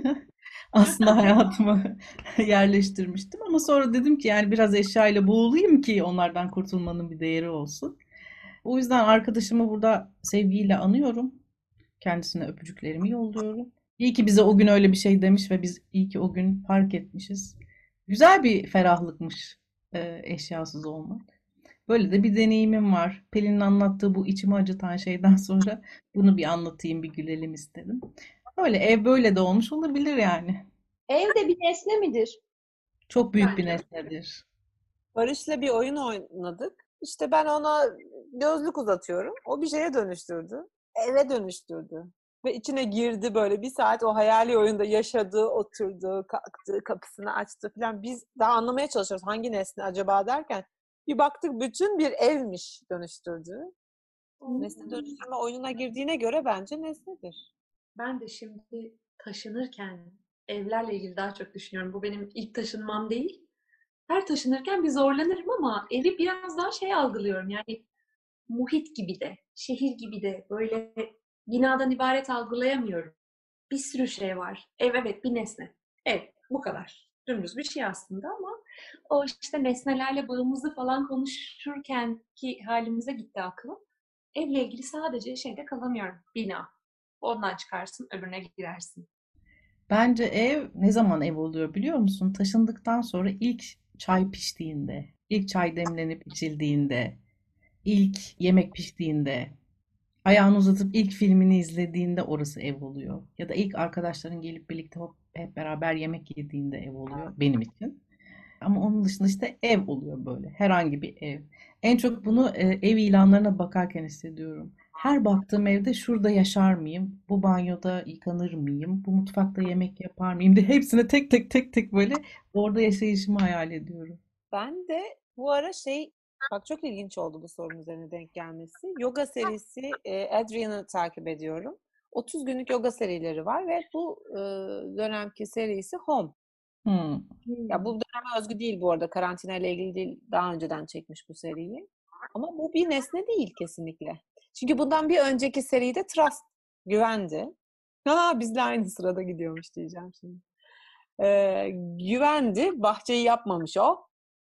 aslında hayatıma yerleştirmiştim ama sonra dedim ki yani biraz eşyayla boğulayım ki onlardan kurtulmanın bir değeri olsun. O yüzden arkadaşımı burada sevgiyle anıyorum. Kendisine öpücüklerimi yolluyorum. İyi ki bize o gün öyle bir şey demiş ve biz iyi ki o gün fark etmişiz. Güzel bir ferahlıkmış e, eşyasız olmak. Böyle de bir deneyimim var. Pelin'in anlattığı bu içimi acıtan şeyden sonra bunu bir anlatayım, bir gülelim istedim. Öyle ev böyle de olmuş olabilir yani. Evde bir nesne midir? Çok büyük bir Bence. nesnedir. Barış'la bir oyun oynadık. İşte ben ona gözlük uzatıyorum. O bir şeye dönüştürdü. Eve dönüştürdü. Ve içine girdi böyle bir saat o hayali oyunda yaşadı, oturdu, kalktı, kapısını açtı falan. Biz daha anlamaya çalışıyoruz hangi nesne acaba derken bir baktık bütün bir evmiş dönüştürdü. Nesne dönüştürme oyununa girdiğine göre bence nesnedir. Ben de şimdi taşınırken evlerle ilgili daha çok düşünüyorum. Bu benim ilk taşınmam değil. Her taşınırken bir zorlanırım ama evi biraz daha şey algılıyorum. Yani muhit gibi de, şehir gibi de böyle binadan ibaret algılayamıyorum. Bir sürü şey var. Ev evet bir nesne. Ev bu kadar. Dümdüz bir şey aslında ama o işte nesnelerle bağımızı falan konuşurken ki halimize gitti aklım. Evle ilgili sadece şeyde kalamıyorum. Bina. Ondan çıkarsın, öbürüne girersin. Bence ev ne zaman ev oluyor biliyor musun? Taşındıktan sonra ilk çay piştiğinde, ilk çay demlenip içildiğinde, ilk yemek piştiğinde, ayağını uzatıp ilk filmini izlediğinde orası ev oluyor. Ya da ilk arkadaşların gelip birlikte hop, hep beraber yemek yediğinde ev oluyor benim için. Ama onun dışında işte ev oluyor böyle. Herhangi bir ev. En çok bunu e, ev ilanlarına bakarken hissediyorum. Her baktığım evde şurada yaşar mıyım? Bu banyoda yıkanır mıyım? Bu mutfakta yemek yapar mıyım diye hepsine tek tek tek tek böyle orada yaşayışımı hayal ediyorum. Ben de bu ara şey, bak çok ilginç oldu bu sorunun üzerine denk gelmesi. Yoga serisi e, Adrian'ı takip ediyorum. otuz günlük yoga serileri var ve bu e, dönemki serisi Home. Hmm. Ya bu döneme özgü değil bu arada. Karantina ile ilgili değil. Daha önceden çekmiş bu seriyi. Ama bu bir nesne değil kesinlikle. Çünkü bundan bir önceki seride Trust, güvendi. Ha, bizle aynı sırada gidiyormuş diyeceğim şimdi. Ee, güvendi. Bahçeyi yapmamış o.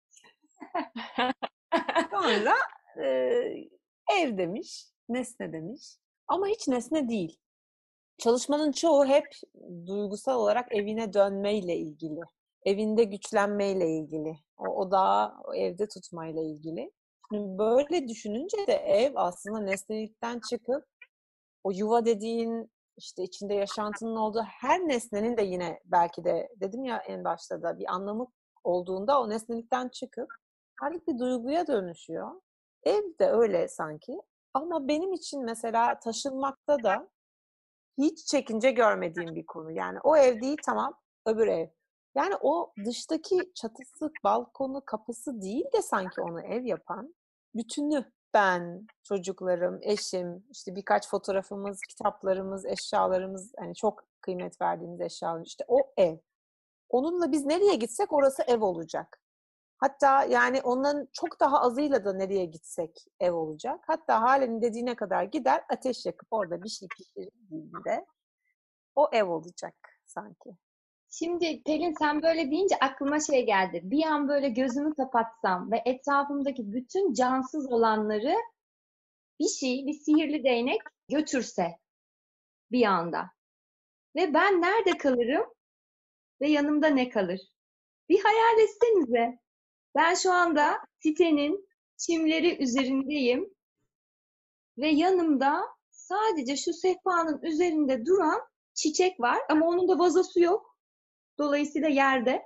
Sonra e, ev demiş, nesne demiş. Ama hiç nesne değil. Çalışmanın çoğu hep duygusal olarak evine dönmeyle ilgili. Evinde güçlenmeyle ilgili. O odağı o evde tutmayla ilgili. Şimdi böyle düşününce de ev aslında nesnelikten çıkıp o yuva dediğin işte içinde yaşantının olduğu her nesnenin de yine belki de dedim ya en başta da bir anlamı olduğunda o nesnelikten çıkıp artık bir duyguya dönüşüyor. Ev de öyle sanki. Ama benim için mesela taşınmakta da hiç çekince görmediğim bir konu. Yani o ev değil tamam, öbür ev. Yani o dıştaki çatısı, balkonu, kapısı değil de sanki onu ev yapan bütünü. Ben, çocuklarım, eşim, işte birkaç fotoğrafımız, kitaplarımız, eşyalarımız, hani çok kıymet verdiğimiz eşyalar, işte o ev. Onunla biz nereye gitsek orası ev olacak. Hatta yani onların çok daha azıyla da nereye gitsek ev olacak. Hatta Hale'nin dediğine kadar gider ateş yakıp orada bir şey pişirdiğinde o ev olacak sanki. Şimdi Pelin sen böyle deyince aklıma şey geldi. Bir an böyle gözümü kapatsam ve etrafımdaki bütün cansız olanları bir şey, bir sihirli değnek götürse bir anda. Ve ben nerede kalırım ve yanımda ne kalır? Bir hayal etsenize. Ben şu anda sitenin çimleri üzerindeyim ve yanımda sadece şu sehpanın üzerinde duran çiçek var ama onun da vazosu yok. Dolayısıyla yerde.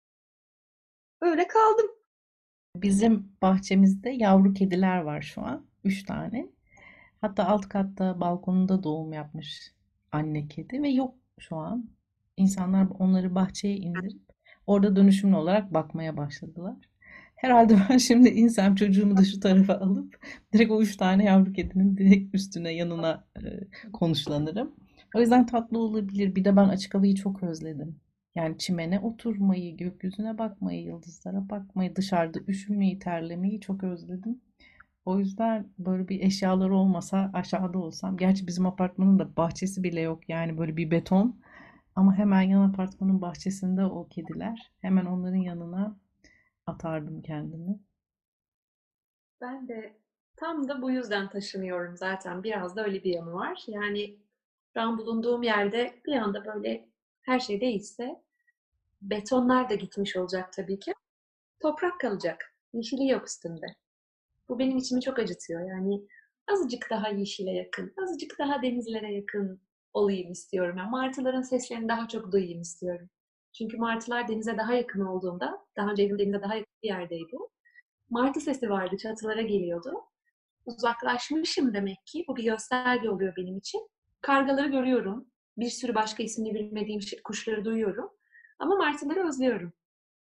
Öyle kaldım. Bizim bahçemizde yavru kediler var şu an. Üç tane. Hatta alt katta balkonunda doğum yapmış anne kedi ve yok şu an. İnsanlar onları bahçeye indirip orada dönüşümlü olarak bakmaya başladılar. Herhalde ben şimdi insem çocuğumu da şu tarafa alıp direkt o üç tane yavru kedinin direkt üstüne yanına e, konuşlanırım. O yüzden tatlı olabilir. Bir de ben açık havayı çok özledim. Yani çimene oturmayı, gökyüzüne bakmayı, yıldızlara bakmayı, dışarıda üşümeyi, terlemeyi çok özledim. O yüzden böyle bir eşyaları olmasa aşağıda olsam. Gerçi bizim apartmanın da bahçesi bile yok. Yani böyle bir beton. Ama hemen yan apartmanın bahçesinde o kediler. Hemen onların yanına atardım kendimi. Ben de tam da bu yüzden taşınıyorum zaten. Biraz da öyle bir yanı var. Yani şu an bulunduğum yerde bir anda böyle her şey değişse betonlar da gitmiş olacak tabii ki. Toprak kalacak. Yeşili yok üstünde. Bu benim içimi çok acıtıyor. Yani azıcık daha yeşile yakın, azıcık daha denizlere yakın olayım istiyorum. Yani martıların seslerini daha çok duyayım istiyorum. Çünkü martılar denize daha yakın olduğunda, daha önce evim denize daha yakın bir yerdeydi. Martı sesi vardı, çatılara geliyordu. Uzaklaşmışım demek ki. Bu bir gösterge oluyor benim için. Kargaları görüyorum. Bir sürü başka ismini bilmediğim şey- kuşları duyuyorum. Ama martıları özlüyorum.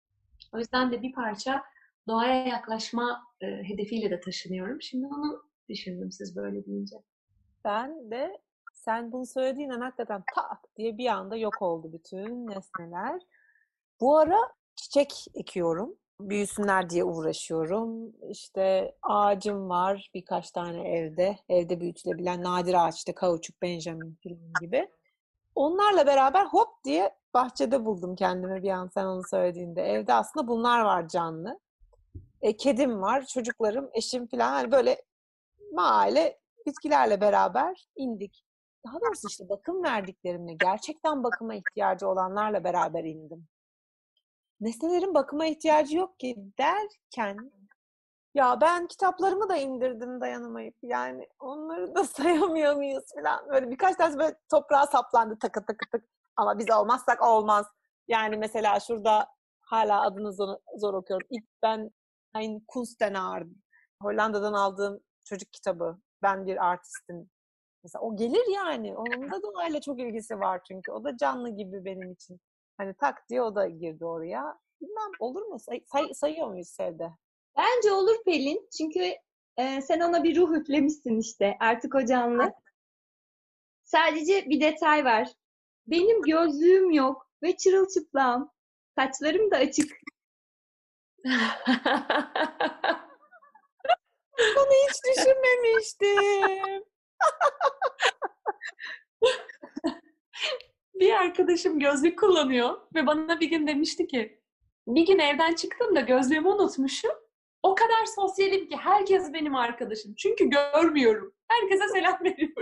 O yüzden de bir parça doğaya yaklaşma e, hedefiyle de taşınıyorum. Şimdi onu düşündüm siz böyle deyince. Ben de sen bunu söylediğin an hakikaten tak diye bir anda yok oldu bütün nesneler. Bu ara çiçek ekiyorum. Büyüsünler diye uğraşıyorum. İşte ağacım var birkaç tane evde. Evde büyütülebilen nadir ağaç işte kauçuk, benjamin falan gibi. Onlarla beraber hop diye bahçede buldum kendimi bir an sen onu söylediğinde. Evde aslında bunlar var canlı. E, kedim var, çocuklarım, eşim falan hani böyle mahalle bitkilerle beraber indik. Daha doğrusu işte bakım verdiklerimle, gerçekten bakıma ihtiyacı olanlarla beraber indim. Nesnelerin bakıma ihtiyacı yok ki derken ya ben kitaplarımı da indirdim dayanamayıp yani onları da sayamıyor muyuz falan böyle birkaç tane böyle toprağa saplandı takı takı takı ama biz olmazsak olmaz. Yani mesela şurada hala adını zor, zor okuyorum. İlk ben Ein Kunstenaar Hollanda'dan aldığım çocuk kitabı. Ben bir artistim. Mesela o gelir yani. Onun da doğayla çok ilgisi var çünkü. O da canlı gibi benim için. Hani tak diye o da girdi oraya. Bilmem olur mu? Say, say- sayıyor muyuz Sevde? Bence olur Pelin. Çünkü e, sen ona bir ruh üflemişsin işte. Artık o canlı. Sadece bir detay var. Benim gözlüğüm yok ve çırılçıplağım. Saçlarım da açık. Bunu hiç düşünmemiştim. Bir arkadaşım gözlük kullanıyor ve bana bir gün demişti ki bir gün evden çıktım da gözlüğümü unutmuşum. O kadar sosyalim ki herkes benim arkadaşım. Çünkü görmüyorum. Herkese selam veriyorum.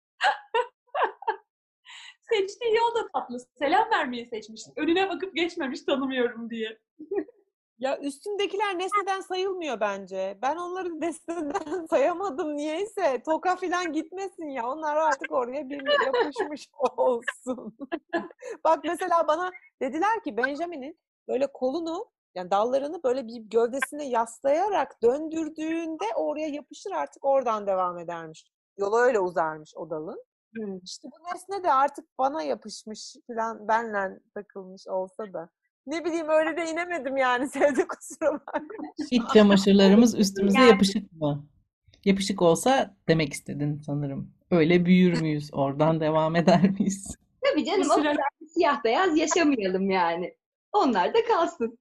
Seçtiği yol da tatlı. Selam vermeyi seçmiş. Önüne bakıp geçmemiş tanımıyorum diye. Ya üstündekiler nesneden sayılmıyor bence. Ben onları nesneden sayamadım niyeyse. Toka falan gitmesin ya. Onlar artık oraya bir yapışmış olsun. Bak mesela bana dediler ki Benjamin'in böyle kolunu yani dallarını böyle bir gövdesine yaslayarak döndürdüğünde oraya yapışır artık oradan devam edermiş. Yolu öyle uzarmış o dalın. Hmm. İşte bu nesne de artık bana yapışmış falan benle takılmış olsa da. Ne bileyim öyle de inemedim yani Sevde kusura bakma. İç çamaşırlarımız üstümüze Yani yapışık mı? Yapışık olsa demek istedin sanırım. Öyle büyür müyüz? Oradan devam eder miyiz? Tabii bu canım o sıra kadar siyah beyaz yaşamayalım yani. Onlar da kalsın.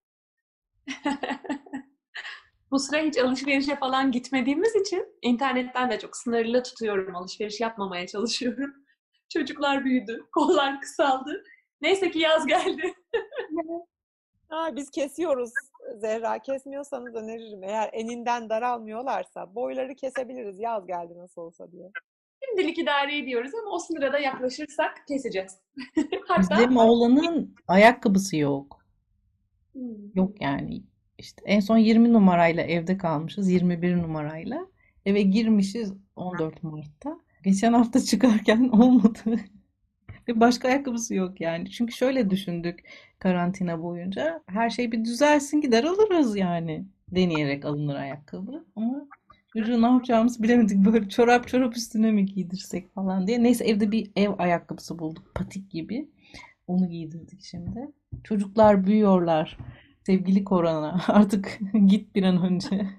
bu sıra hiç alışverişe falan gitmediğimiz için internetten de çok sınırlı tutuyorum. Alışveriş yapmamaya çalışıyorum. Çocuklar büyüdü. Kollar kısaldı. Neyse ki yaz geldi. Ha, biz kesiyoruz Zehra. Kesmiyorsanız öneririm. Eğer eninden daralmıyorlarsa boyları kesebiliriz. Yaz geldi nasıl olsa diye. Şimdilik idare ediyoruz ama o sınıra da yaklaşırsak keseceğiz. Hatta Bizim oğlanın ayakkabısı yok. hmm, Yok yani. İşte en son yirmi numarayla evde kalmışız. yirmi bir numarayla. Eve girmişiz on dört Mart'ta. Geçen hafta çıkarken olmadı. Ve başka ayakkabısı yok yani. Çünkü şöyle düşündük karantina boyunca. Her şey bir düzelsin gider alırız yani. Deneyerek alınır ayakkabı. Ama çocuğu ne yapacağımızı bilemedik. Böyle çorap çorap üstüne mi giydirsek falan diye. Neyse evde bir ev ayakkabısı bulduk. Patik gibi. Onu giydirdik şimdi. Çocuklar büyüyorlar. Sevgili korona, artık git bir an önce.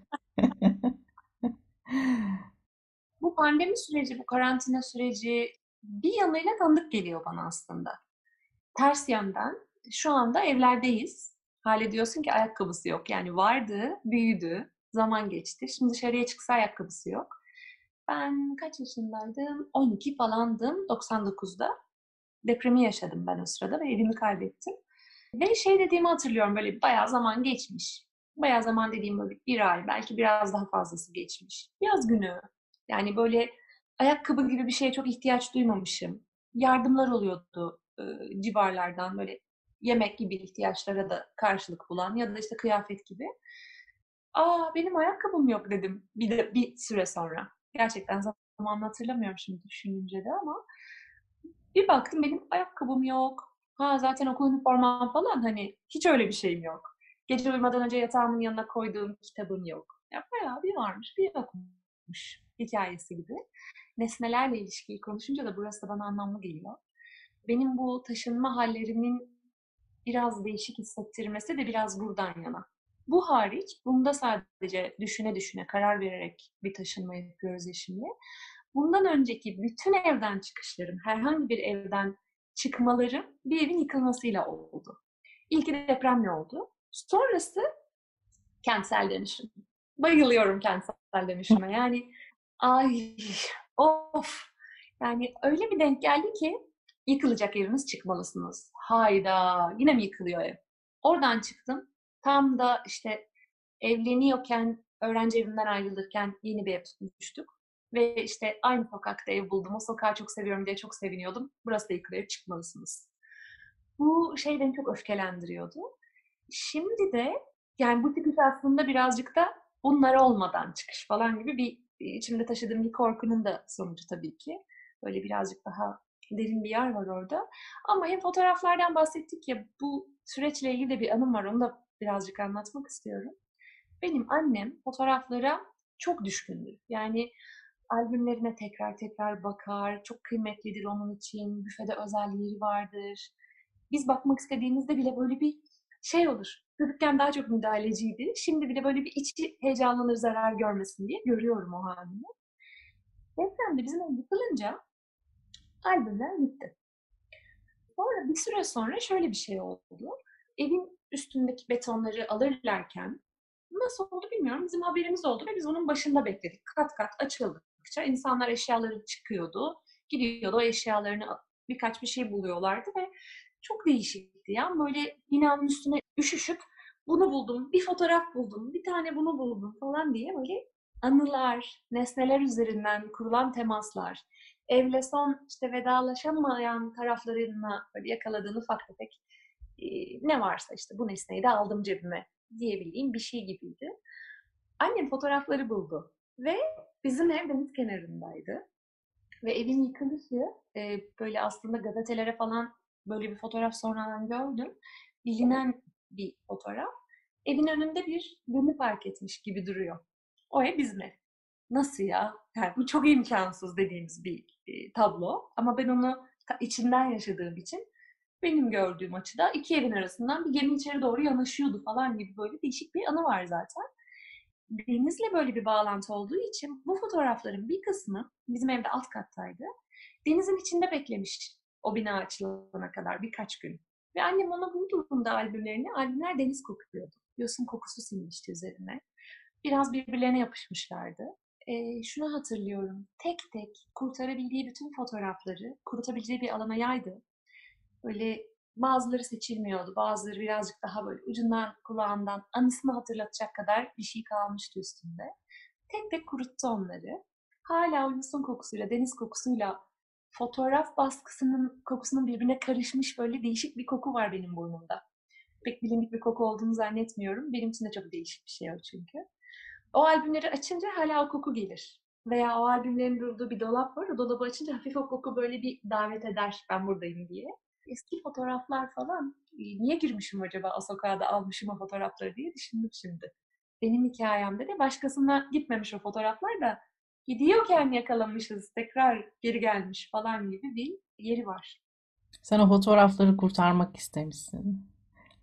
Bu pandemi süreci, bu karantina süreci bir yanıyla tanıdık geliyor bana aslında. Ters yandan şu anda evlerdeyiz. Hale diyorsun ki ayakkabısı yok. Yani vardı, büyüdü, zaman geçti. Şimdi dışarıya çıksa ayakkabısı yok. Ben kaç yaşındaydım? on iki falandım doksan dokuzda. Depremi yaşadım ben o sırada ve evimi kaybettim. Ve şey dediğimi hatırlıyorum, böyle bayağı zaman geçmiş. Bayağı zaman dediğim böyle bir ay, belki biraz daha fazlası geçmiş. Yaz günü. Yani böyle ayakkabı gibi bir şeye çok ihtiyaç duymamışım. Yardımlar oluyordu e, civarlardan, böyle yemek gibi ihtiyaçlara da karşılık bulan ya da işte kıyafet gibi. Aa, benim ayakkabım yok dedim bir de bir süre sonra. Gerçekten zamanını hatırlamıyorum şimdi düşününce de ama bir baktım benim ayakkabım yok. Ha, zaten okul üniformam falan, hani hiç öyle bir şeyim yok. Gece uyumadan önce yatağımın yanına koyduğum kitabım yok. Ya bayağı bir varmış, bir yokmuş hikayesi gibi. Nesnelerle ilişkiyi konuşunca da burası da bana anlamlı geliyor. Benim bu taşınma hallerimin biraz değişik hissettirmesi de biraz buradan yana. Bu hariç, bunda sadece düşüne düşüne karar vererek bir taşınma yapıyoruz eşimle. Bundan önceki bütün evden çıkışlarım, herhangi bir evden çıkmalarım bir evin yıkılmasıyla oldu. İlki depremle oldu. Sonrası kentsel dönüşüm. Bayılıyorum kentsel dönüşüme. Yani ay of. Yani öyle bir denk geldi ki yıkılacak eviniz, çıkmalısınız. Hayda, yine mi yıkılıyor ev? Oradan çıktım. Tam da işte evleniyorken, öğrenci evinden ayrılırken yeni bir ev tutmuştuk. Ve işte aynı sokakta ev buldum. O sokağı çok seviyorum diye çok seviniyordum. Burası da yıkılıyor, çıkmalısınız. Bu şey beni çok öfkelendiriyordu. Şimdi de yani bu çıkış aslında birazcık da bunlar olmadan çıkış falan gibi bir içimde taşıdığım bir korkunun da sonucu tabii ki. Böyle birazcık daha derin bir yer var orada. Ama hem fotoğraflardan bahsettik ya, bu süreçle ilgili de bir anım var. Onu da birazcık anlatmak istiyorum. Benim annem fotoğraflara çok düşkündür. Yani albümlerine tekrar tekrar bakar. Çok kıymetlidir onun için. Büfede özel yeri vardır. Biz bakmak istediğimizde bile böyle bir şey olur. Çocukken daha çok müdahaleciydi. Şimdi bile böyle bir içi heyecanlanır, zarar görmesin diye görüyorum o halini. Depremde bizim ev yıkılınca albümler gitti. Sonra bir süre sonra şöyle bir şey oldu. Evin üstündeki betonları alırlarken nasıl oldu bilmiyorum. Bizim haberimiz oldu ve biz onun başında bekledik. Kat kat açıldıkça insanlar eşyaları çıkıyordu. Gidiyordu, o eşyalarını birkaç bir şey buluyorlardı ve çok değişikti ya. Böyle binanın üstüne üşüşüp bunu buldum, bir fotoğraf buldum, bir tane bunu buldum falan diye böyle anılar, nesneler üzerinden kurulan temaslar, evle son işte vedalaşamayan taraflarına böyle yakaladığın ufak tefek e, ne varsa işte bu nesneyi de aldım cebime diyebildiğim bir şey gibiydi. Annem fotoğrafları buldu ve bizim ev deniz kenarındaydı. Ve evin yıkılışı e, böyle aslında gazetelere falan böyle bir fotoğraf sonradan gördüm. Bilinen bir fotoğraf. Evin önünde bir gemi park etmiş gibi duruyor. O ev bizim ev. Nasıl ya? Yani bu çok imkansız dediğimiz bir e, tablo. Ama ben onu içinden yaşadığım için benim gördüğüm açıda iki evin arasından bir gemi içeri doğru yanaşıyordu falan gibi böyle değişik bir anı var zaten. Denizle böyle bir bağlantı olduğu için bu fotoğrafların bir kısmı bizim evde alt kattaydı. Denizin içinde beklemiş o bina açılana kadar birkaç gün. Ve annem onu bulduğunda albümlerini, albümler deniz kokuyordu. Yosun kokusu sinmişti üzerine. Biraz birbirlerine yapışmışlardı. E, şunu hatırlıyorum. Tek tek kurtarabildiği bütün fotoğrafları kurutabileceği bir alana yaydı. Böyle bazıları seçilmiyordu, bazıları birazcık daha böyle ucundan kulağından anısını hatırlatacak kadar bir şey kalmıştı üstünde. Tek tek kuruttu onları. Hala o yosun kokusuyla, deniz kokusuyla fotoğraf baskısının kokusunun birbirine karışmış böyle değişik bir koku var benim burnumda. Pek bilindik bir koku olduğunu zannetmiyorum. Benim için de çok değişik bir şey o çünkü. O albümleri açınca hala o koku gelir. Veya o albümlerin durduğu bir dolap var. O dolabı açınca hafif o koku böyle bir davet eder ben buradayım diye. Eski fotoğraflar falan, niye girmişim acaba o sokağa da almışım o fotoğrafları diye düşündüm şimdi. Benim hikayemde de başkasına gitmemiş o fotoğraflar da gidiyorken yakalamışız, tekrar geri gelmiş falan gibi bir yeri var. Sen o fotoğrafları kurtarmak istemişsin.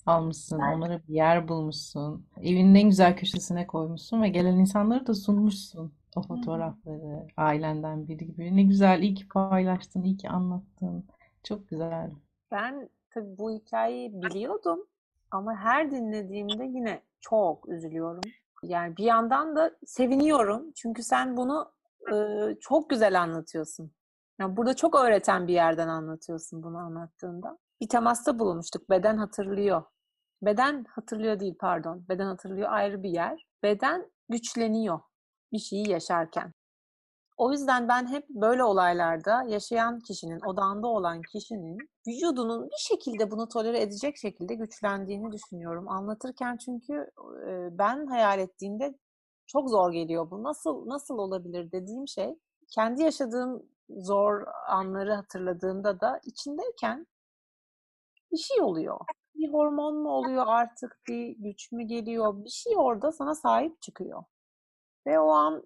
almışsın, onlara bir yer bulmuşsun. Evinin en güzel köşesine koymuşsun ve gelen insanlara da sunmuşsun o Hı hı. fotoğrafları. Ailenden biri gibi. Ne güzel, iyi ki paylaştın, iyi ki anlattın. Çok güzel. Ben tabii bu hikayeyi biliyordum ama her dinlediğimde yine çok üzülüyorum. Yani bir yandan da seviniyorum çünkü sen bunu e, çok güzel anlatıyorsun. Yani burada çok öğreten bir yerden anlatıyorsun bunu anlattığında. Bir temasta bulunmuştuk. Beden hatırlıyor. Beden hatırlıyor değil pardon. Beden hatırlıyor ayrı bir yer. Beden güçleniyor bir şeyi yaşarken. O yüzden ben hep böyle olaylarda yaşayan kişinin, odağında olan kişinin vücudunun bir şekilde bunu tolere edecek şekilde güçlendiğini düşünüyorum. Anlatırken çünkü e, ben hayal ettiğimde çok zor geliyor bu. Nasıl nasıl olabilir dediğim şey, kendi yaşadığım zor anları hatırladığımda da içindeyken bir şey oluyor. Bir hormon mu oluyor artık, bir güç mü geliyor, bir şey orada sana sahip çıkıyor. Ve o an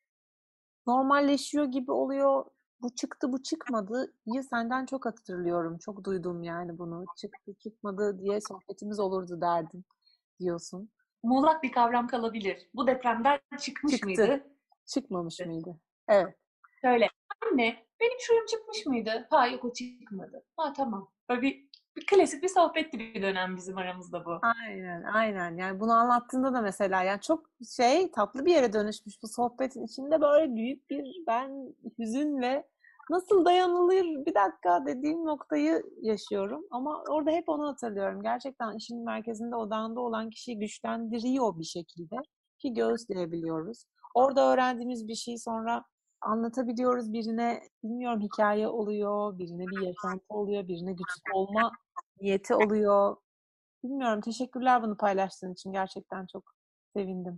normalleşiyor gibi oluyor. Bu çıktı, bu çıkmadı. İyi senden çok hatırlıyorum. Çok duydum yani bunu. Çıktı, çıkmadı diye sohbetimiz olurdu derdim diyorsun. Muğlak bir kavram kalabilir. Bu depremden çıkmış Çıktı. mıydı? Çıkmamış mıydı? Evet. Şöyle. Anne, benim şuram çıkmış mıydı? Ha yok o çıkmadı. Ha tamam. Böyle bir, bir klasik bir sohbetti bir dönem bizim aramızda bu. Aynen, aynen. Yani bunu anlattığında da mesela yani çok şey tatlı bir yere dönüşmüş bu sohbetin içinde böyle büyük bir ben hüzün ve nasıl dayanılır bir dakika dediğim noktayı yaşıyorum. Ama orada hep onu hatırlıyorum. Gerçekten işin merkezinde odağında olan kişiyi güçlendiriyor bir şekilde ki göğüsleyebiliyoruz. Orada öğrendiğimiz bir şeyi sonra anlatabiliyoruz birine, bilmiyorum hikaye oluyor, birine bir yaşantı oluyor, birine güçlü olma niyeti oluyor. Bilmiyorum. Teşekkürler bunu paylaştığın için. Gerçekten çok sevindim.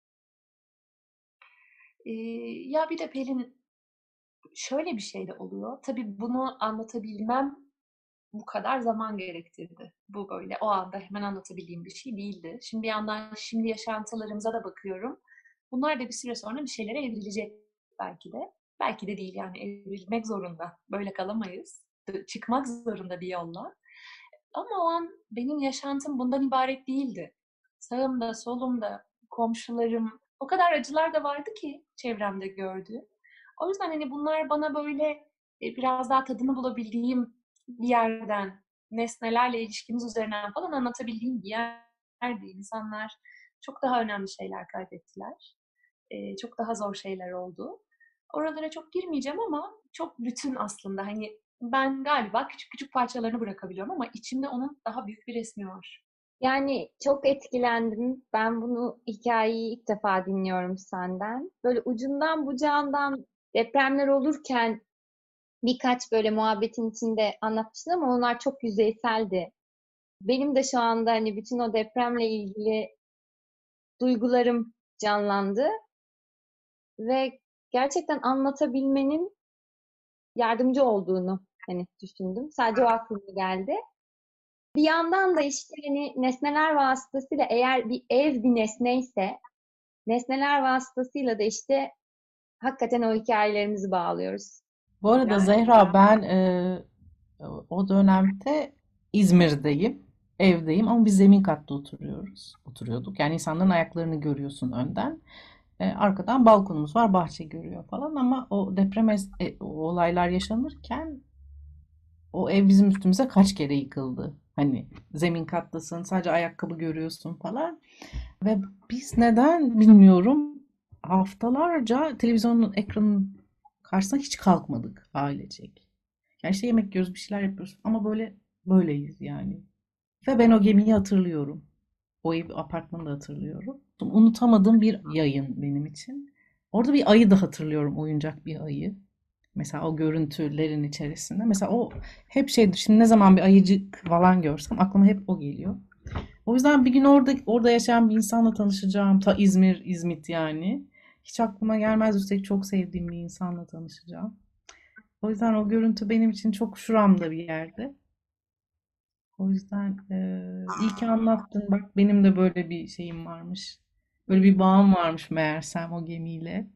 Ee, ya bir de Pelin şöyle bir şey de oluyor. Tabii bunu anlatabilmem bu kadar zaman gerektirdi. Bu böyle o anda hemen anlatabildiğim bir şey değildi. Şimdi bir yandan şimdi yaşantılarımıza da bakıyorum. Bunlar da bir süre sonra bir şeylere evrilecek belki de. Belki de değil yani evrilmek zorunda. Böyle kalamayız. Çıkmak zorunda bir yolla. Ama o an benim yaşantım bundan ibaret değildi. Sağımda, solumda, komşularım, o kadar acılar da vardı ki çevremde gördüğüm. O yüzden hani bunlar bana böyle e, biraz daha tadını bulabildiğim bir yerden, nesnelerle ilişkimiz üzerinden falan anlatabildiğim bir yerde insanlar çok daha önemli şeyler kaybettiler. E, çok daha zor şeyler oldu. Oralara çok girmeyeceğim ama çok bütün aslında. Hani ben galiba küçük küçük parçalarını bırakabiliyorum ama içimde onun daha büyük bir resmi var. Yani çok etkilendim. Ben bunu hikayeyi ilk defa dinliyorum senden. Böyle ucundan bucağından depremler olurken birkaç böyle muhabbetin içinde anlatmıştın ama onlar çok yüzeyseldi. Benim de şu anda hani bütün o depremle ilgili duygularım canlandı ve gerçekten anlatabilmenin yardımcı olduğunu hani düşündüm. Sadece o aklıma geldi. Bir yandan da işte hani nesneler vasıtasıyla eğer bir ev bir nesneyse nesneler vasıtasıyla da işte hakikaten o hikayelerimizi bağlıyoruz. Bu arada Yani Zehra ben e, o dönemde İzmir'deyim, evdeyim ama biz zemin katta oturuyoruz, oturuyorduk. Yani insanların ayaklarını görüyorsun önden. E, arkadan balkonumuz var, bahçe görüyor falan ama o deprem es- e, o olaylar yaşanırken o ev bizim üstümüze kaç kere yıkıldı. Hani zemin kattasın, sadece ayakkabı görüyorsun falan. Ve biz neden bilmiyorum haftalarca televizyonun ekranının karşısına hiç kalkmadık ailecek. Yani işte yemek yiyoruz, bir şeyler yapıyoruz ama böyle böyleyiz yani. Ve ben o gemiyi hatırlıyorum. O ev, apartmanı da hatırlıyorum. Unutamadığım bir yayın benim için. Orada bir ayı da hatırlıyorum, oyuncak bir ayı. Mesela o görüntülerin içerisinde. Mesela o hep şey, şimdi ne zaman bir ayıcık falan görsem aklıma hep o geliyor. O yüzden bir gün orada orada yaşayan bir insanla tanışacağım. Ta İzmir, İzmit yani. Hiç aklıma gelmez, üstelik çok sevdiğim bir insanla tanışacağım. O yüzden o görüntü benim için çok şuramda bir yerde. O yüzden eee iyi ki anlattın. Bak benim de böyle bir şeyim varmış. Böyle bir bağım varmış meğersem o gemiyle.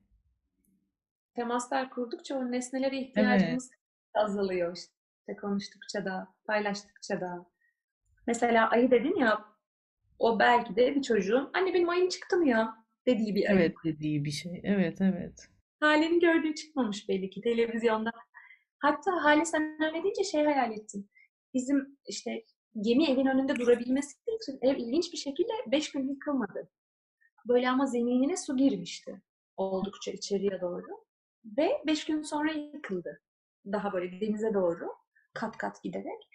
temaslar kurdukça o nesnelere Evet. ihtiyacımız azalıyor işte konuştukça da, paylaştıkça da. Mesela ayı dedin ya, o belki de bir çocuğun anne benim ayım çıktı mı ya dediği bir ayı. Evet dediği bir şey. Evet, evet. Hale'nin gördüğü çıkmamış belli ki televizyonda. Hatta Hale sen öyle deyince şey hayal ettim. Bizim işte gemi evin önünde durabilmesi için ev ilginç bir şekilde beş gün yıkılmadı. Böyle ama zeminine su girmişti. Oldukça içeriye doğru. Ve beş gün sonra yıkıldı. Daha böyle denize doğru kat kat giderek.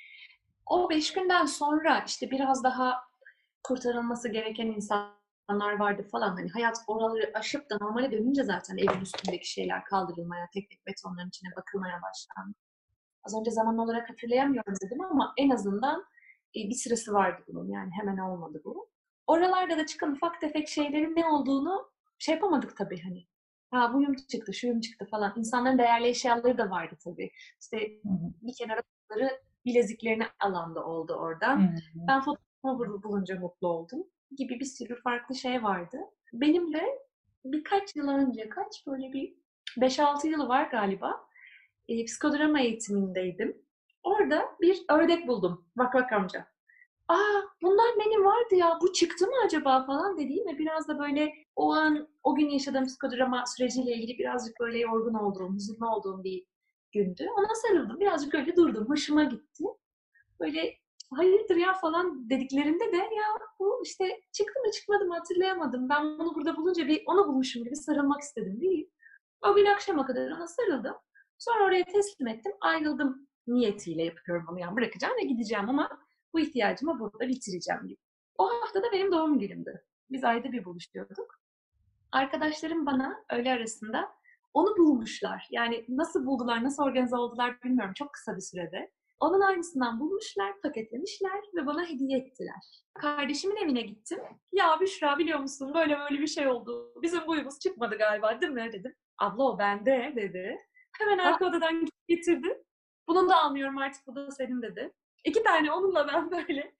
O beş günden sonra işte biraz daha kurtarılması gereken insanlar vardı falan. Hani hayat oraları aşıp da normale dönünce zaten evin üstündeki şeyler kaldırılmaya, tek tek betonların içine bakılmaya başlandı. Az önce zaman olarak hatırlayamıyorum dedim ama en azından e, bir sırası vardı bunun. Yani hemen olmadı bu. Oralarda da çıkan ufak tefek şeylerin ne olduğunu şey yapamadık tabii hani. Ha buyum çıktı, şuyum çıktı falan. İnsanların değerli eşyaları da vardı tabii. İşte Hı hı. bir kenara koydukları bileziklerini alan da oldu Hı oradan. hı. Ben fotoğrafımı bulunca mutlu oldum gibi bir sürü farklı şey vardı. Benim de birkaç yıl önce, kaç böyle bir beş altı yılı var galiba. E, psikodrama eğitimindeydim. Orada bir ördek buldum. Vak vak amca. Aa bunlar benim vardı ya bu çıktı mı acaba falan dediğim ve biraz da böyle o an o gün yaşadığım psikodrama süreciyle ilgili birazcık böyle yorgun olduğum, hüzünlü olduğum bir gündü. Ona sarıldım. Birazcık öyle durdum. Hoşuma gitti. Böyle hayırdır ya falan dediklerinde de ya bu işte çıktı mı çıkmadı mı hatırlayamadım. Ben bunu burada bulunca bir onu bulmuşum gibi sarılmak istedim değil. O gün akşama kadar ona sarıldım. Sonra oraya teslim ettim. Ayrıldım niyetiyle yapıyorum onu. Yani bırakacağım ve gideceğim ama bu ihtiyacımı burada bitireceğim gibi. O hafta da benim doğum günümdü. Biz ayda bir buluşuyorduk. Arkadaşlarım bana öğle arasında onu bulmuşlar. Yani nasıl buldular, nasıl organize oldular bilmiyorum. Çok kısa bir sürede. Onun aynısından bulmuşlar, paketlemişler ve bana hediye ettiler. Kardeşimin evine gittim. Ya Büşra biliyor musun böyle böyle bir şey oldu. Bizim boyumuz çıkmadı galiba değil mi dedim. Abla o bende dedi. Hemen Aa, arka odadan getirdi. Bunu da almıyorum artık bu da senin dedi. İki tane onunla ben böyle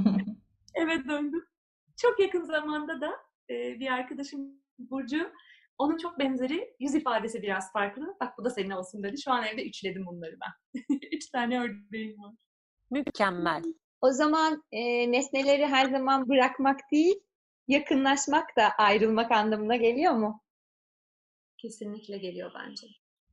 eve döndüm. Çok yakın zamanda da e, bir arkadaşım Burcu, onun çok benzeri yüz ifadesi biraz farklı. Bak bu da senin olsun dedi. Şu an evde üçledim bunları ben. Üç tane ördeğim var. mükemmel. O zaman e, nesneleri her zaman bırakmak değil, yakınlaşmak da ayrılmak anlamına geliyor mu? Kesinlikle geliyor bence.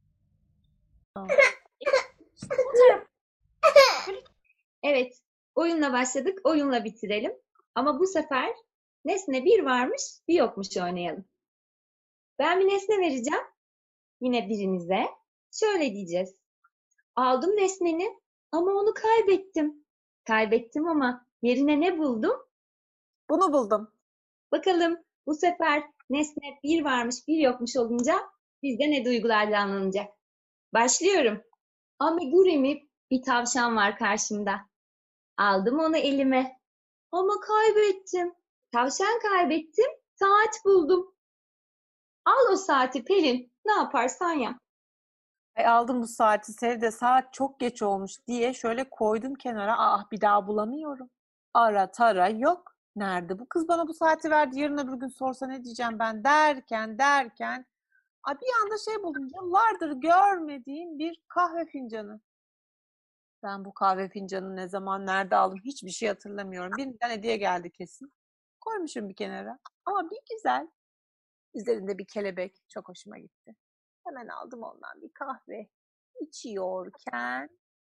Evet, oyunla başladık, oyunla bitirelim. Ama bu sefer nesne bir varmış, bir yokmuş oynayalım. Ben bir nesne vereceğim, yine birinize. Şöyle diyeceğiz. Aldım nesneni ama onu kaybettim. Kaybettim ama yerine ne buldum? Bunu buldum. Bakalım bu sefer nesne bir varmış, bir yokmuş olunca bizde ne duygular canlanacak? Başlıyorum. Amigurumi bir tavşan var karşımda. Aldım onu elime. Ama kaybettim. Tavşan kaybettim, saat buldum. Al o saati Pelin, ne yaparsan yap. Ay, aldım bu saati Sevde. Saat çok geç olmuş diye şöyle koydum kenara. Ah bir daha bulamıyorum. Ara tara yok. Nerede bu kız bana bu saati verdi? Yarın öbür gün sorsa ne diyeceğim ben derken derken. Ay bir anda şey buldum. Yıllardır görmediğim bir kahve fincanı. Ben bu kahve fincanını ne zaman nerede aldım hiçbir şey hatırlamıyorum. Birinden hediye geldi kesin. Koymuşum bir kenara. Ama bir güzel. Üzerinde bir kelebek. Çok hoşuma gitti. Hemen aldım ondan bir kahve. İçiyorken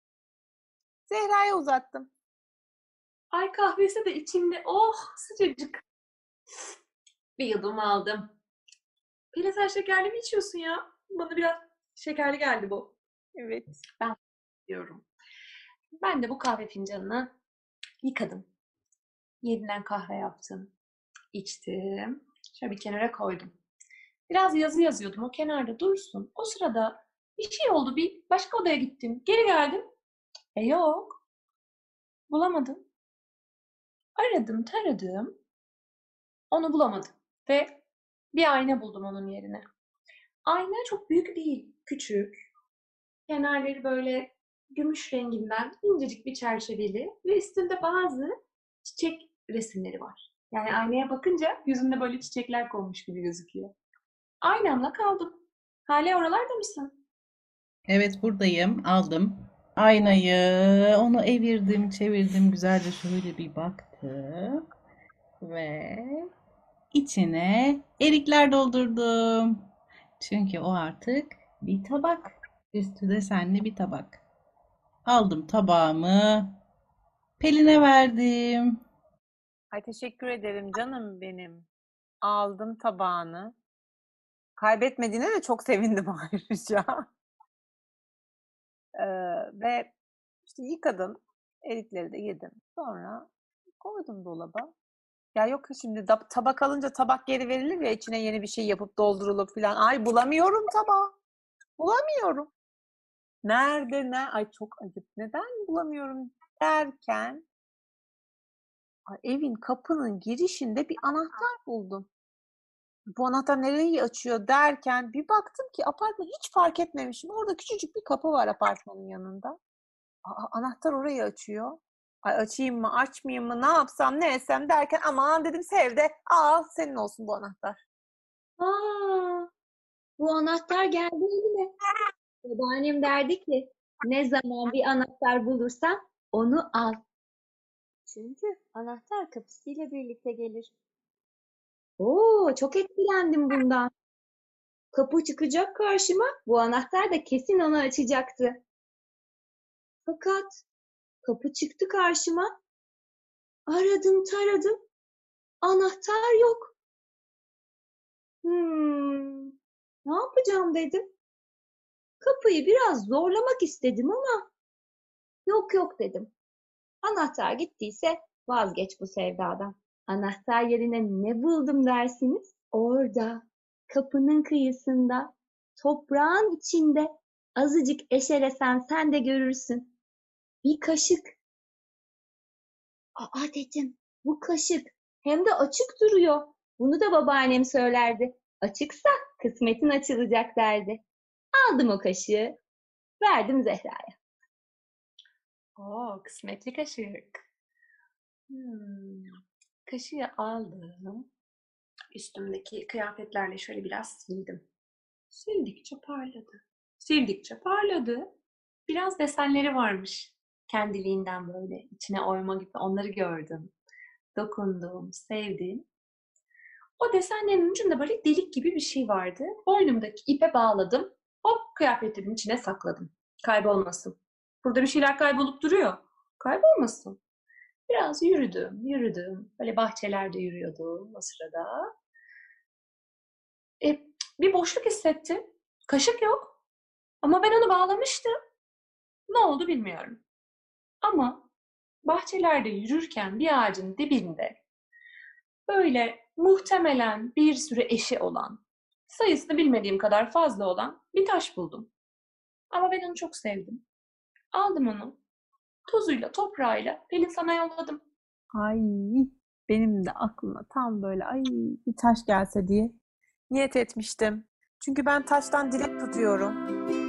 Zehra'ya uzattım. Ay kahvesi de içimde. Oh sıcacık. Bir yudum aldım. Pelin sen şekerli mi içiyorsun ya? Bana biraz şekerli geldi bu. Evet. Diyorum. Ben de bu kahve fincanını yıkadım. Yeniden kahve yaptım. İçtim. Şöyle bir kenara koydum. Biraz yazı yazıyordum. O kenarda dursun. O sırada bir şey oldu. Bir başka odaya gittim. Geri geldim. E yok. Bulamadım. Aradım, taradım. Onu bulamadım. Ve bir ayna buldum onun yerine. Ayna çok büyük değil. Küçük. Kenarları böyle gümüş renginden incecik bir çerçeveli ve üstünde bazı çiçek resimleri var. Yani aynaya bakınca yüzünde böyle çiçekler konmuş gibi gözüküyor. Aynamla kaldım. Hala oralarda mısın? Evet buradayım. Aldım. aynayı. Onu evirdim, çevirdim, güzelce şöyle bir baktım ve içine erikler doldurdum. Çünkü o artık bir tabak. Üstü desenli bir tabak. Aldım tabağımı, Pelin'e verdim. Ay teşekkür ederim canım benim. Aldım tabağını. Kaybetmediğine de çok sevindim ayrıca. Ee, ve işte yıkadım. Erikleri de yedim. Sonra koydum dolaba. Ya yok şimdi da- tabak alınca tabak geri verilir ya içine yeni bir şey yapıp doldurulup filan. Ay bulamıyorum tabağı. Bulamıyorum. Nerede ne? Ay çok acık. Neden bulamıyorum derken ay, evin kapının girişinde bir anahtar buldum. Bu anahtar nereyi açıyor derken bir baktım ki apartman hiç fark etmemişim. Orada küçücük bir kapı var apartmanın yanında. Aa, anahtar orayı açıyor. Ay açayım mı açmayayım mı ne yapsam ne etsem derken aman dedim Sevde al senin olsun bu anahtar. Aa, bu anahtar geldi elime. Babaannem derdi ki ne zaman bir anahtar bulursan onu al. Çünkü anahtar kapısıyla birlikte gelir. Oo, çok etkilendim bundan. Kapı çıkacak karşıma, bu anahtar da kesin onu açacaktı. Fakat kapı çıktı karşıma, aradım taradım, anahtar yok. Hmm, ne yapacağım dedim. Kapıyı biraz zorlamak istedim ama yok yok dedim. Anahtar gittiyse vazgeç bu sevdadan. Anahtar yerine ne buldum dersiniz? Orada, kapının kıyısında, toprağın içinde azıcık eşelesen sen de görürsün. Bir kaşık. Aa dedim, bu kaşık hem de açık duruyor. Bunu da babaannem söylerdi. Açıksa kısmetin açılacak derdi. Aldım o kaşığı, verdim Zehra'ya. Oo, kısmetli kaşık. Hmm. Kaşığı aldım. Üstümdeki kıyafetlerle şöyle biraz sildim. Sildikçe parladı. Sildikçe parladı. Biraz desenleri varmış. Kendiliğinden böyle içine oyma gibi onları gördüm. Dokundum, sevdim. O desenlerin ucunda böyle delik gibi bir şey vardı. Boynumdaki ipe bağladım. Hop kıyafetimin içine sakladım. Kaybolmasın. Burada bir şeyler kaybolup duruyor. Kaybolmasın. Biraz yürüdüm, yürüdüm. Böyle bahçelerde yürüyordum o sırada. E, bir boşluk hissettim. Kaşık yok. Ama ben onu bağlamıştım. Ne oldu bilmiyorum. Ama bahçelerde yürürken bir ağacın dibinde böyle muhtemelen bir sürü eşi olan, sayısını bilmediğim kadar fazla olan bir taş buldum. Ama ben onu çok sevdim. Aldım onu. Tozuyla, toprağıyla Pelin sana yolladım. Ay benim de aklıma tam böyle ay bir taş gelse diye niyet etmiştim. Çünkü ben taştan dilek tutuyorum.